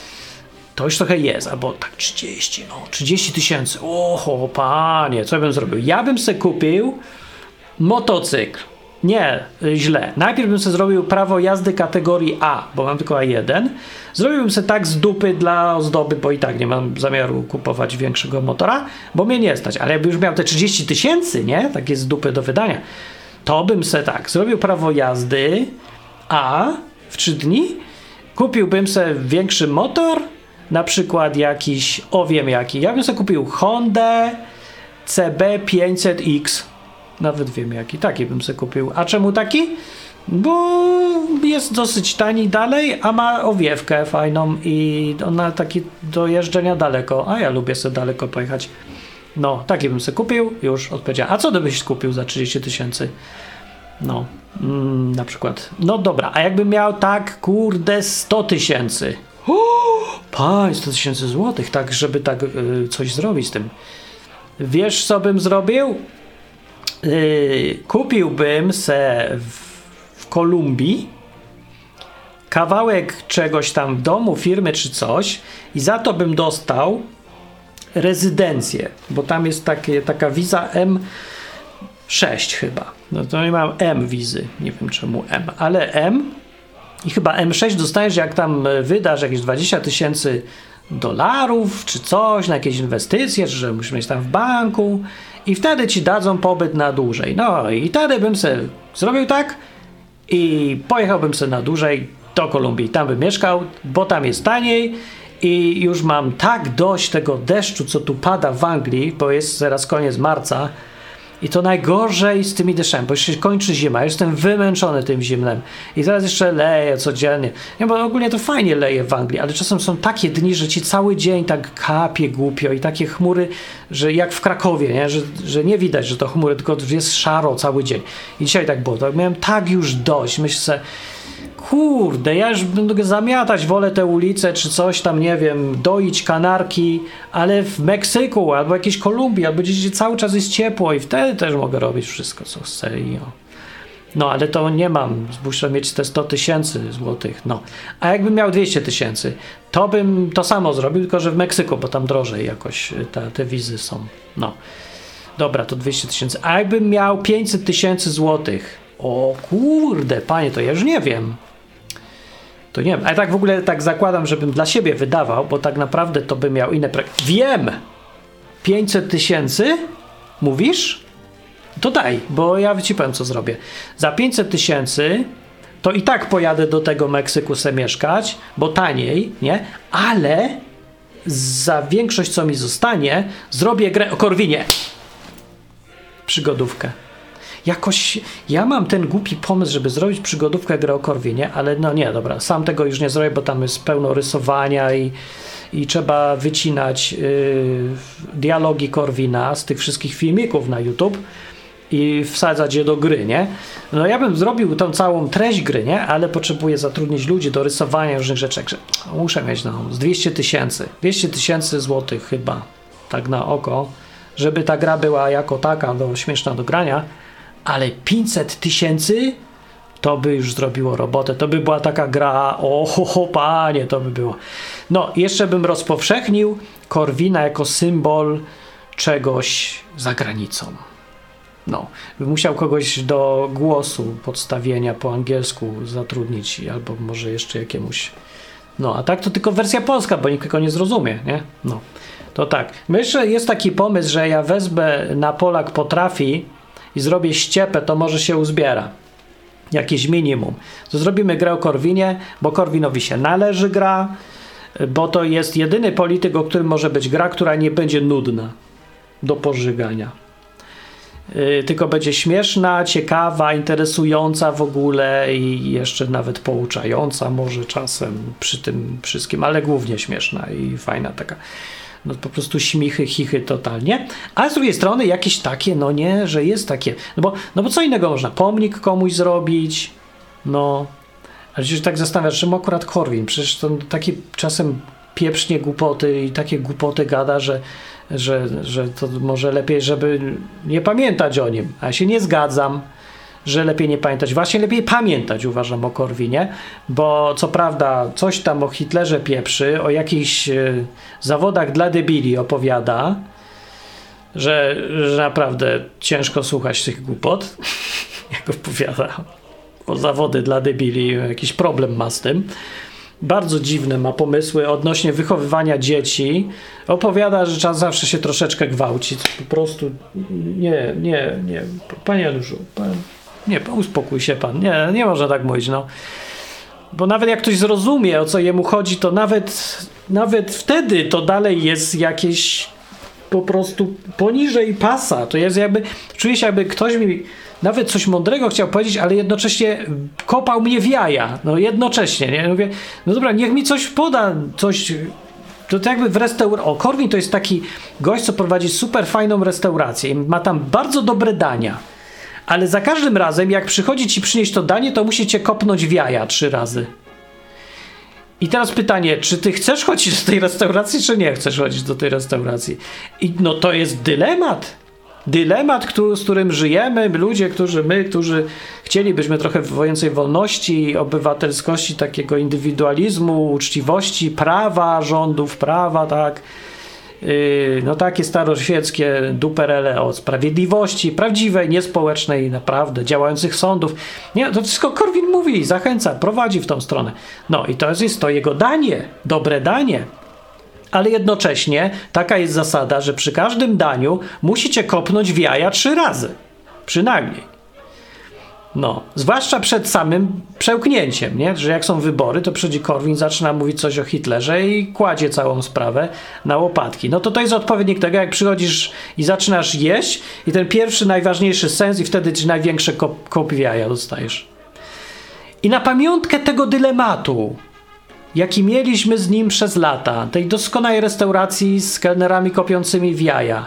To już trochę jest, albo tak trzydzieści, no, trzydzieści tysięcy. Oho, panie, co bym zrobił? Ja bym se kupił motocykl. Nie, źle. Najpierw bym sobie zrobił prawo jazdy kategorii A, bo mam tylko A jeden. Zrobiłbym sobie tak z dupy dla ozdoby, bo i tak nie mam zamiaru kupować większego motora, bo mnie nie stać. Ale jakbym już miał te trzydzieści tysięcy, nie? Takie z dupy do wydania, to bym sobie tak zrobił prawo jazdy A w trzy dni, kupiłbym sobie większy motor, na przykład jakiś, o wiem jaki, ja bym sobie kupił Hondę C B pięćset X, nawet wiem jaki, taki bym sobie kupił. A czemu taki? Bo jest dosyć tani dalej, a ma owiewkę fajną i ona taki do jeżdżenia daleko, a ja lubię sobie daleko pojechać. No, taki bym sobie kupił, już odpowiedziałem. A co ty byś kupił za trzydzieści tysięcy? No, mm, na przykład. No dobra, a jakbym miał tak, kurde, sto tysięcy. Pań, sto tysięcy złotych, tak, żeby tak y, coś zrobić z tym. Wiesz, co bym zrobił? Yy, kupiłbym se w, w Kolumbii kawałek czegoś tam w domu, firmy czy coś i za to bym dostał rezydencję, bo tam jest takie, taka wiza M sześć chyba. No to nie mam M wizy, nie wiem czemu M, ale M i chyba M sześć dostajesz, jak tam wydasz jakieś dwadzieścia tysięcy dolarów czy coś na jakieś inwestycje, że musisz mieć tam w banku i wtedy ci dadzą pobyt na dłużej. No i wtedy bym sobie zrobił tak i pojechałbym sobie na dłużej do Kolumbii. Tam bym mieszkał, bo tam jest taniej i już mam tak dość tego deszczu, co tu pada w Anglii, bo jest zaraz koniec marca i to najgorzej z tymi deszczami, bo już się kończy zima, ja jestem wymęczony tym zimnem i teraz jeszcze leje codziennie. Nie, bo ogólnie to fajnie leje w Anglii, ale czasem są takie dni, że ci cały dzień tak kapie głupio i takie chmury, że jak w Krakowie, nie? Że, że nie widać, że to chmury, tylko jest szaro cały dzień. I dzisiaj tak było, tak miałem tak już dość, myślę sobie, kurde, ja już będę zamiatać, wolę te ulice, czy coś tam, nie wiem, doić kanarki, ale w Meksyku, albo jakiejś Kolumbii, albo gdzieś, gdzie cały czas jest ciepło i wtedy też mogę robić wszystko, co chcę. I, o. No, ale to nie mam, muszę mieć te sto tysięcy złotych, no. A jakbym miał dwieście tysięcy, to bym to samo zrobił, tylko że w Meksyku, bo tam drożej jakoś ta, te wizy są, no. Dobra, to dwieście tysięcy. A jakbym miał pięćset tysięcy złotych, o kurde, panie, to ja już nie wiem. To nie wiem, a ja tak w ogóle tak zakładam, żebym dla siebie wydawał, bo tak naprawdę to bym miał inne... Pre... Wiem! pięćset tysięcy? Mówisz? To daj, bo ja ci powiem, co zrobię. Za pięćset tysięcy to i tak pojadę do tego Meksyku se mieszkać, bo taniej, nie? Ale za większość, co mi zostanie, zrobię grę o Korwinie. Przygodówkę. Jakoś, ja mam ten głupi pomysł, żeby zrobić przygodówkę, grę o Korwinie, ale no nie, dobra, sam tego już nie zrobię, bo tam jest pełno rysowania i, i trzeba wycinać yy, dialogi Korwina z tych wszystkich filmików na YouTube i wsadzać je do gry, nie? No ja bym zrobił tą całą treść gry, nie? Ale potrzebuję zatrudnić ludzi do rysowania różnych rzeczy, także muszę mieć no, z dwieście tysięcy, dwieście tysięcy złotych chyba, tak na oko, żeby ta gra była jako taka, no, śmieszna do grania. Ale pięćset tysięcy to by już zrobiło robotę. To by była taka gra, o ho, ho, panie, to by było. No, jeszcze bym rozpowszechnił Korwina jako symbol czegoś za granicą. No, bym musiał kogoś do głosu podstawienia po angielsku zatrudnić, albo może jeszcze jakiemuś. No, a tak to tylko wersja polska, bo nikt tego nie zrozumie, nie? No, to tak. Myślę, jest taki pomysł, że ja wezmę na Polak potrafi i zrobię ściepę, to może się uzbiera. Jakieś minimum. To zrobimy grę o Korwinie, bo Korwinowi się należy gra, bo to jest jedyny polityk, o którym może być gra, która nie będzie nudna do pożygania. Yy, tylko będzie śmieszna, ciekawa, interesująca w ogóle i jeszcze nawet pouczająca może czasem przy tym wszystkim, ale głównie śmieszna i fajna taka. No po prostu śmichy, chichy totalnie, a z drugiej strony jakieś takie, no nie, że jest takie, no bo, no bo co innego można, pomnik komuś zrobić, no, ale się tak zastanawiasz, czemu akurat Korwin, przecież to takie czasem pieprznie głupoty i takie głupoty gada, że, że, że to może lepiej, żeby nie pamiętać o nim, a ja się nie zgadzam, że lepiej nie pamiętać. Właśnie lepiej pamiętać, uważam, o Korwinie, bo co prawda coś tam o Hitlerze pieprzy, o jakichś y, zawodach dla debili opowiada, że, że naprawdę ciężko słuchać tych głupot, jak opowiada o zawody dla debili, jakiś problem ma z tym. Bardzo dziwne ma pomysły odnośnie wychowywania dzieci. Opowiada, że trzeba zawsze się troszeczkę gwałcić. Po prostu nie, nie, nie. Panie Januszu, pan, nie, uspokój się pan. Nie, nie można tak mówić, no. Bo nawet jak ktoś zrozumie, o co jemu chodzi, to nawet nawet wtedy to dalej jest jakieś po prostu poniżej pasa. To jest jakby, czuję się jakby ktoś mi nawet coś mądrego chciał powiedzieć, ale jednocześnie kopał mnie w jaja. No jednocześnie, nie? Mówię, no dobra, niech mi coś poda, coś... To tak jakby w restauracji... O, Korwin to jest taki gość, co prowadzi super fajną restaurację i ma tam bardzo dobre dania. Ale za każdym razem, jak przychodzi ci przynieść to danie, to musi cię kopnąć w jaja trzy razy. I teraz pytanie, czy ty chcesz chodzić do tej restauracji, czy nie chcesz chodzić do tej restauracji? I no to jest dylemat. Dylemat, który, z którym żyjemy, ludzie, którzy my, którzy chcielibyśmy trochę więcej wolności, obywatelskości, takiego indywidualizmu, uczciwości, prawa, rządów, prawa, tak. Yy, no takie staroświeckie duperele o sprawiedliwości, prawdziwej, niespołecznej, naprawdę, działających sądów. Nie, to wszystko Korwin mówi, zachęca, prowadzi w tą stronę. No i to jest, jest to jego danie, dobre danie. Ale jednocześnie taka jest zasada, że przy każdym daniu musicie kopnąć w jaja trzy razy. Przynajmniej. No, zwłaszcza przed samym przełknięciem, nie? Że jak są wybory, to przychodzi Korwin, zaczyna mówić coś o Hitlerze i kładzie całą sprawę na łopatki. No to to jest odpowiednik tego, jak przychodzisz i zaczynasz jeść i ten pierwszy, najważniejszy sens i wtedy ci największe kop, kop w jaja dostajesz. I na pamiątkę tego dylematu, jaki mieliśmy z nim przez lata, tej doskonałej restauracji z kelnerami kopiącymi w jaja,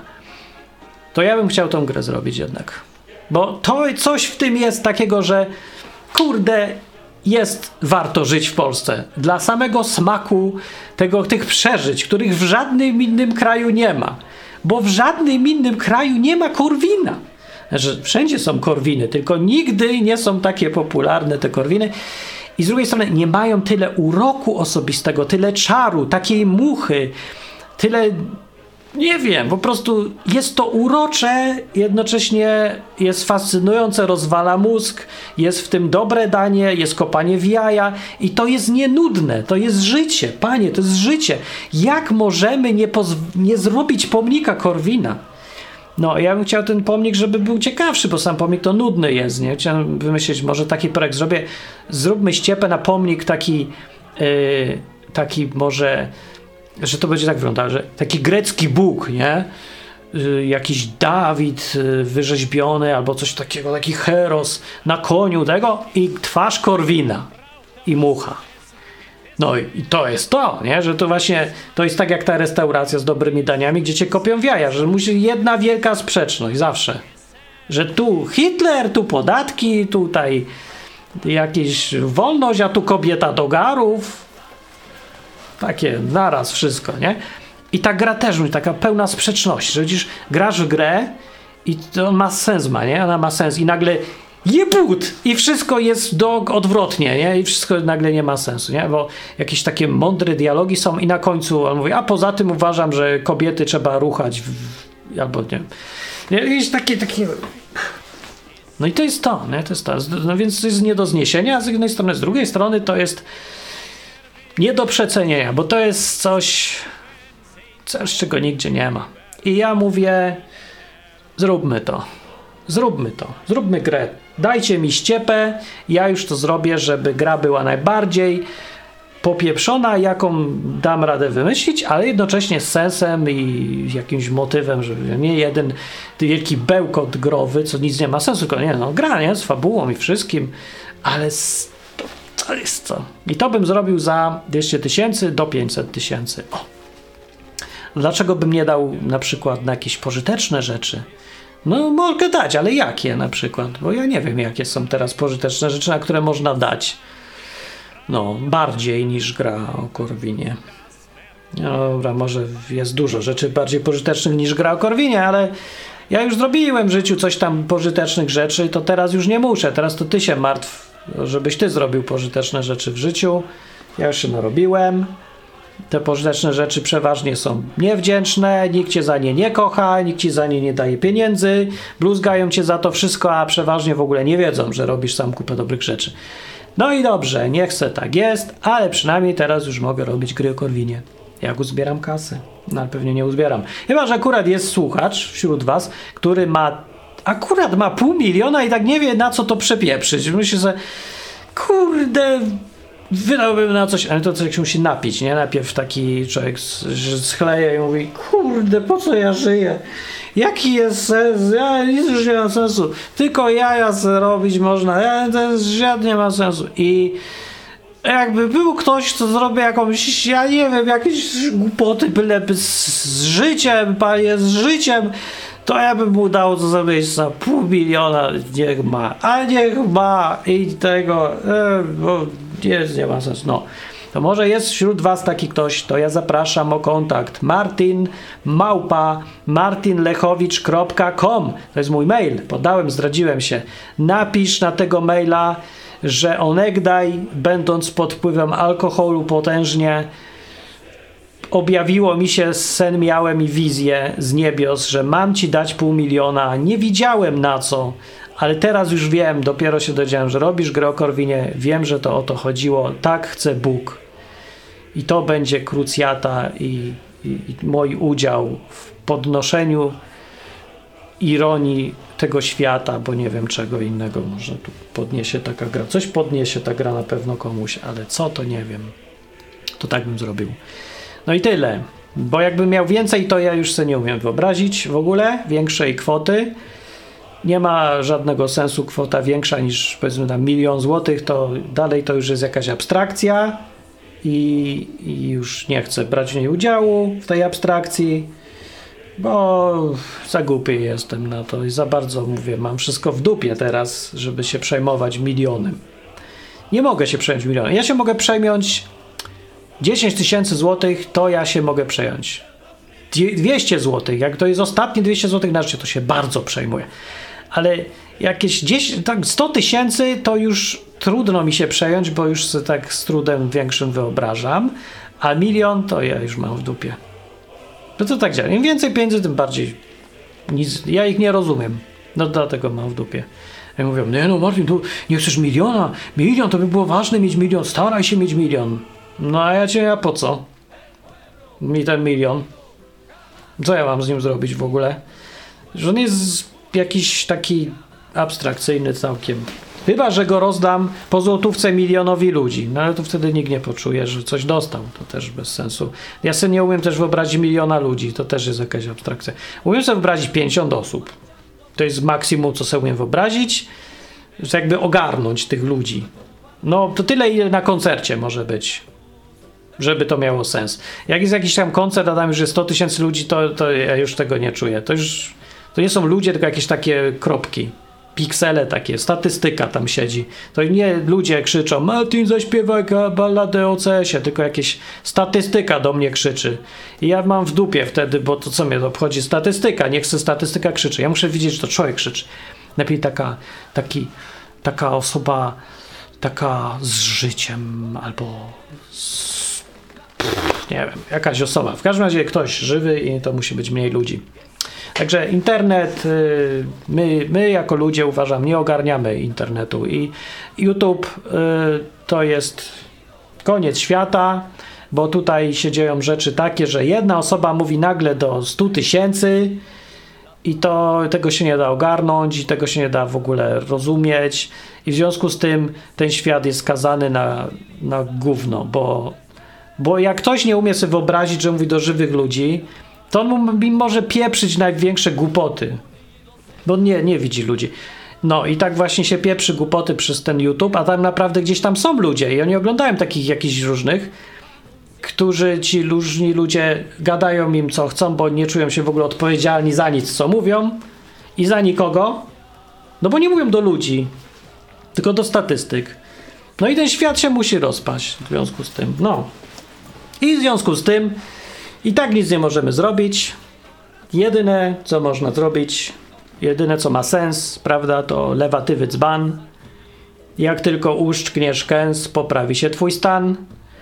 to ja bym chciał tą grę zrobić jednak. Bo to coś w tym jest takiego, że kurde, jest warto żyć w Polsce. Dla samego smaku tego, tych przeżyć, których w żadnym innym kraju nie ma. Bo w żadnym innym kraju nie ma Korwina. Znaczy, wszędzie są Korwiny, tylko nigdy nie są takie popularne te Korwiny. I z drugiej strony nie mają tyle uroku osobistego, tyle czaru, takiej muchy, tyle... Nie wiem, po prostu jest to urocze, jednocześnie jest fascynujące, rozwala mózg, jest w tym dobre danie, jest kopanie w jaja i to jest nienudne, to jest życie, panie, to jest życie. Jak możemy nie, poz- nie zrobić pomnika Korwina? No, ja bym chciał ten pomnik, żeby był ciekawszy, bo sam pomnik to nudny jest, nie? Chciałem wymyślić, może taki projekt zrobię, zróbmy ściepę na pomnik taki, yy, taki może... że to będzie tak wyglądało, że taki grecki Bóg, nie? Y, jakiś Dawid y, wyrzeźbiony albo coś takiego, taki heros na koniu tego i twarz Korwina i mucha. No i, i to jest to, nie? Że to właśnie, to jest tak jak ta restauracja z dobrymi daniami, gdzie cię kopią w jaja, że musi jedna wielka sprzeczność zawsze. Że tu Hitler, tu podatki, tutaj jakieś wolność, a tu kobieta do garów. Takie naraz wszystko, nie? I ta gra też jest taka pełna sprzeczności, że widzisz, grasz w grę i to ma sens, ma, nie? Ona ma sens i nagle jebut! I wszystko jest do, odwrotnie, nie? I wszystko nagle nie ma sensu, nie? Bo jakieś takie mądre dialogi są i na końcu on mówi, a poza tym uważam, że kobiety trzeba ruchać w, albo nie wiem. Jakieś takie, takie... No i to jest to, nie? To jest to. No więc to jest nie do zniesienia z jednej strony, z drugiej strony to jest nie do przecenienia, bo to jest coś, coś, czego nigdzie nie ma. I ja mówię, zróbmy to. Zróbmy to. Zróbmy grę. Dajcie mi ściepę, ja już to zrobię, żeby gra była najbardziej popieprzona, jaką dam radę wymyślić, ale jednocześnie z sensem i jakimś motywem, żeby nie jeden wielki bełkot growy, co nic nie ma sensu, tylko nie, no gra, nie, z fabułą i wszystkim, ale z, to, to jest co. I to bym zrobił za dwieście tysięcy do pięćset tysięcy. O. Dlaczego bym nie dał na przykład na jakieś pożyteczne rzeczy? No mogę dać, ale jakie na przykład? Bo ja nie wiem, jakie są teraz pożyteczne rzeczy, na które można dać. No, bardziej niż gra o Korwinie. No dobra, może jest dużo rzeczy bardziej pożytecznych niż gra o Korwinie, ale ja już zrobiłem w życiu coś tam pożytecznych rzeczy, to teraz już nie muszę. Teraz to ty się martw, żebyś ty zrobił pożyteczne rzeczy w życiu. Ja już się narobiłem. Te pożyteczne rzeczy przeważnie są niewdzięczne, nikt cię za nie nie kocha, nikt ci za nie nie daje pieniędzy, bluzgają cię za to wszystko, a przeważnie w ogóle nie wiedzą, że robisz sam kupę dobrych rzeczy. No i dobrze, nie chcę tak jest, ale przynajmniej teraz już mogę robić gry o Korwinie. Jak uzbieram kasy? No ale pewnie nie uzbieram. Chyba że akurat jest słuchacz wśród was, który ma akurat ma pół miliona i tak nie wie, na co to przepieprzyć. Myślę, że kurde, wydałbym na coś, ale to coś się musi napić, nie? Najpierw taki człowiek schleje i mówi, kurde, po co ja żyję? Jaki jest sens? Ja nic już nie ma sensu. Tylko jaja robić można. Ja, to jest, żadnie nie ma sensu. I jakby był ktoś, kto zrobi jakąś, ja nie wiem, jakieś głupoty, byleby z, z życiem, panie, z życiem, to ja bym mu dał to zrobić za pół miliona, niech ma, a niech ma i tego, e, bo jest, nie ma sensu. No, to może jest wśród was taki ktoś, to ja zapraszam o kontakt. Martin małpa martinlechowicz kropka com, to jest mój mail, podałem, zdradziłem się. Napisz na tego maila, że onegdaj, będąc pod wpływem alkoholu potężnie, objawiło mi się, sen miałem i wizję z niebios, że mam ci dać pół miliona. Nie widziałem na co, ale teraz już wiem, dopiero się dowiedziałem, że robisz grę o Korwinie, wiem, że to o to chodziło, tak chce Bóg. I to będzie krucjata i, i, i mój udział w podnoszeniu ironii tego świata, bo nie wiem czego innego może tu podniesie taka gra. Coś podniesie ta gra na pewno komuś, ale co to nie wiem. To tak bym zrobił. No i tyle. Bo jakbym miał więcej, to ja już sobie nie umiem wyobrazić w ogóle większej kwoty. Nie ma żadnego sensu kwota większa niż powiedzmy na milion złotych, to dalej to już jest jakaś abstrakcja i, i już nie chcę brać w niej udziału w tej abstrakcji, bo za głupi jestem na to i za bardzo mówię, mam wszystko w dupie teraz, żeby się przejmować milionem. Nie mogę się przejąć milionem. Ja się mogę przejąć dziesięć tysięcy złotych, to ja się mogę przejąć. dwieście złotych, jak to jest ostatnie dwieście złotych na życie, to się bardzo przejmuję. Ale jakieś dziesięć, tak sto tysięcy to już trudno mi się przejąć, bo już sobie tak z trudem większym wyobrażam, a milion to ja już mam w dupie. No to tak działa. Im więcej pieniędzy, tym bardziej nic, ja ich nie rozumiem. No dlatego mam w dupie. Ja mówią, nie no Martin, tu nie chcesz miliona? Milion, to by było ważne mieć milion, staraj się mieć milion. No a ja cię, a po co? Mi ten milion. Co ja mam z nim zrobić w ogóle? Że on jest jakiś taki abstrakcyjny całkiem. Chyba że go rozdam po złotówce milionowi ludzi. No ale to wtedy nikt nie poczuje, że coś dostał. To też bez sensu. Ja sobie nie umiem też wyobrazić miliona ludzi. To też jest jakaś abstrakcja. Umiem sobie wyobrazić pięćdziesiąt osób. To jest maksimum, co sobie umiem wyobrazić. Że jakby ogarnąć tych ludzi. No to tyle, ile na koncercie może być. Żeby to miało sens. Jak jest jakiś tam koncert, a tam już jest sto tysięcy ludzi, to, to ja już tego nie czuję. To już to nie są ludzie, tylko jakieś takie kropki. Piksele takie, statystyka tam siedzi. To nie ludzie krzyczą, Martin zaśpiewaj balladę o C S ie, tylko jakieś statystyka do mnie krzyczy. I ja mam w dupie wtedy, bo to co mnie to obchodzi statystyka, nie chcę statystyka krzyczy. Ja muszę widzieć, że to człowiek krzyczy. Lepiej taka, taki, taka osoba, taka z życiem, albo z, pff, nie wiem, jakaś osoba. W każdym razie ktoś żywy i to musi być mniej ludzi. Także internet, my, my jako ludzie uważam, nie ogarniamy internetu i YouTube to jest koniec świata, bo tutaj się dzieją rzeczy takie, że jedna osoba mówi nagle do stu tysięcy i to tego się nie da ogarnąć i tego się nie da w ogóle rozumieć i w związku z tym ten świat jest skazany na, na gówno, bo, bo jak ktoś nie umie sobie wyobrazić, że mówi do żywych ludzi, to on mi może pieprzyć największe głupoty, bo on nie, nie widzi ludzi. No i tak właśnie się pieprzy głupoty przez ten YouTube, a tam naprawdę gdzieś tam są ludzie i oni oglądają takich jakichś różnych, którzy ci różni ludzie gadają im co chcą, bo nie czują się w ogóle odpowiedzialni za nic, co mówią i za nikogo, no bo nie mówią do ludzi, tylko do statystyk. No i ten świat się musi rozpaść w związku z tym. No i w związku z tym i tak nic nie możemy zrobić. Jedyne, co można zrobić, jedyne, co ma sens, prawda, to lewatywy dzban. Jak tylko uszczkniesz kęs, poprawi się twój stan.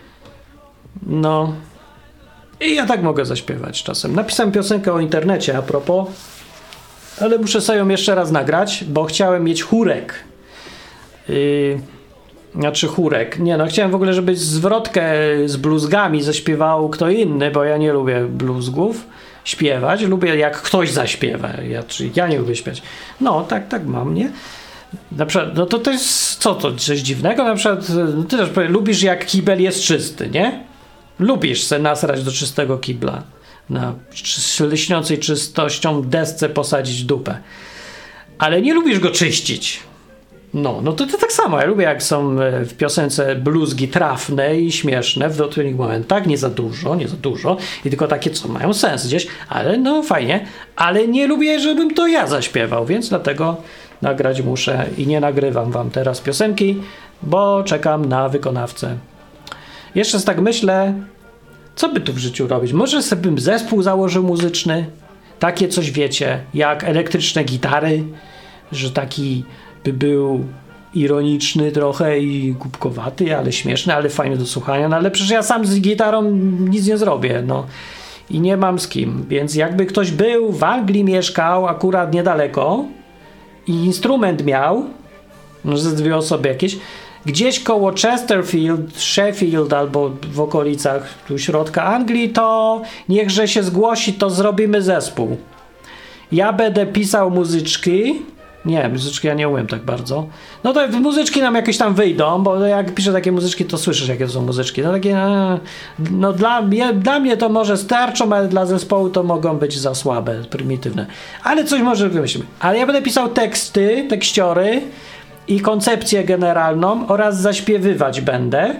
No. I ja tak mogę zaśpiewać czasem. Napisałem piosenkę o internecie a propos, ale muszę sobie ją jeszcze raz nagrać, bo chciałem mieć chórek. Yy... Znaczy chórek. Nie no, chciałem w ogóle, żeby zwrotkę z bluzgami zaśpiewał kto inny, bo ja nie lubię bluzgów śpiewać. Lubię jak ktoś zaśpiewa. Ja, czyli ja nie lubię śpiewać. No, tak, tak mam, nie? Na przykład, no to to jest, co to, coś dziwnego? Na przykład, no ty też powie, lubisz jak kibel jest czysty, nie? Lubisz se nasrać do czystego kibla. Na lśniącej czystością desce posadzić dupę. Ale nie lubisz go czyścić. No, no to, to tak samo. Ja lubię, jak są w piosence bluzgi trafne i śmieszne w odpowiednich momentach. Nie za dużo, nie za dużo. I tylko takie, co mają sens gdzieś. Ale no fajnie. Ale nie lubię, żebym to ja zaśpiewał, więc dlatego nagrać muszę i nie nagrywam wam teraz piosenki, bo czekam na wykonawcę. Jeszcze tak myślę, co by tu w życiu robić? Może sobie bym zespół założył muzyczny? Takie coś, wiecie, jak elektryczne gitary, że taki by był ironiczny trochę i głupkowaty, ale śmieszny, ale fajny do słuchania. No ale przecież ja sam z gitarą nic nie zrobię, no. I nie mam z kim, więc jakby ktoś był, w Anglii mieszkał, akurat niedaleko i instrument miał, no ze dwie osoby jakieś, gdzieś koło Chesterfield, Sheffield albo w okolicach tu środka Anglii, to niechże się zgłosi, to zrobimy zespół. Ja będę pisał muzyczki. Nie, muzyczki ja nie umiem tak bardzo. No to muzyczki nam jakieś tam wyjdą, bo jak piszę takie muzyczki, to słyszysz, jakie to są muzyczki. No takie, no dla mnie, dla mnie to może starczą, ale dla zespołu to mogą być za słabe, prymitywne. Ale coś może wymyślimy. Ale ja będę pisał teksty, tekściory i koncepcję generalną oraz zaśpiewywać będę,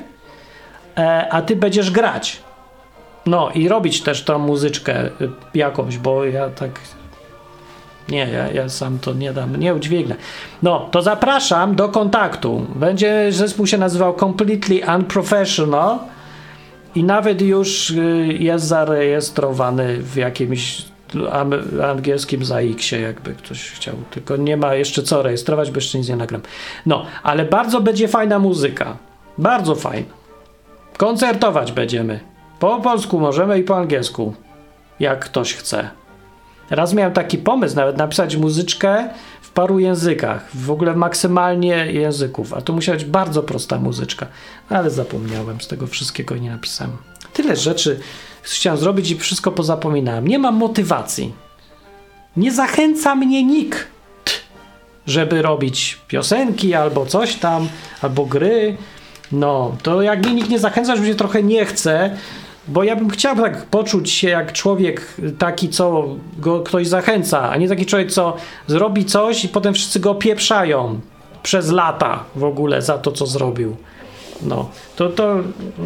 e, a ty będziesz grać. No i robić też tą muzyczkę jakąś, bo ja tak... Nie, ja, ja sam to nie dam, nie udźwignę. No, to zapraszam do kontaktu. Będzie, zespół się nazywał Completely Unprofessional i nawet już jest zarejestrowany w jakimś angielskim zaiksie, jakby ktoś chciał. Tylko nie ma jeszcze co rejestrować, bo jeszcze nic nie nagram. No, ale bardzo będzie fajna muzyka. Bardzo fajna. Koncertować będziemy. Po polsku możemy i po angielsku. Jak ktoś chce. Raz miałem taki pomysł nawet napisać muzyczkę w paru językach, w ogóle maksymalnie języków, a to musiała być bardzo prosta muzyczka, ale zapomniałem z tego wszystkiego i nie napisałem. Tyle rzeczy chciałem zrobić i wszystko pozapominałem. Nie mam motywacji. Nie zachęca mnie nikt, żeby robić piosenki albo coś tam, albo gry. No, to jak mnie nikt nie zachęca, że mnie trochę nie chce, bo ja bym chciał tak poczuć się jak człowiek taki, co go ktoś zachęca, a nie taki człowiek, co zrobi coś i potem wszyscy go pieprzają przez lata w ogóle za to, co zrobił. No, to to...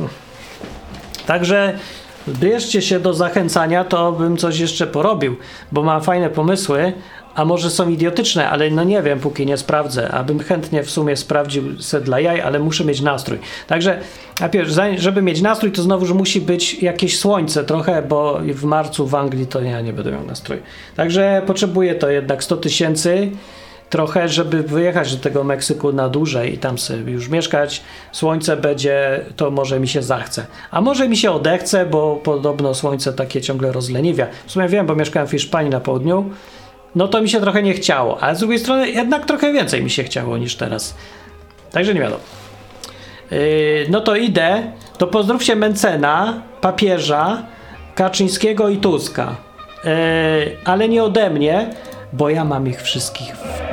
Także bierzcie się do zachęcania, to bym coś jeszcze porobił, bo mam fajne pomysły, a może są idiotyczne, ale no nie wiem, póki nie sprawdzę, a bym chętnie w sumie sprawdził se dla jaj, ale muszę mieć nastrój. Także najpierw, żeby mieć nastrój, to znowuż musi być jakieś słońce trochę, bo w marcu w Anglii to ja nie będę miał nastroju. Także potrzebuję to jednak sto tysięcy trochę, żeby wyjechać do tego Meksyku na dłużej i tam sobie już mieszkać. Słońce będzie, to może mi się zachce. A może mi się odechce, bo podobno słońce takie ciągle rozleniwia. W sumie wiem, bo mieszkałem w Hiszpanii na południu, no to mi się trochę nie chciało, ale z drugiej strony jednak trochę więcej mi się chciało niż teraz. Także nie wiadomo. Yy, no to idę, to pozdrówcie Mencena, papieża, Kaczyńskiego i Tuska. Yy, ale nie ode mnie, bo ja mam ich wszystkich w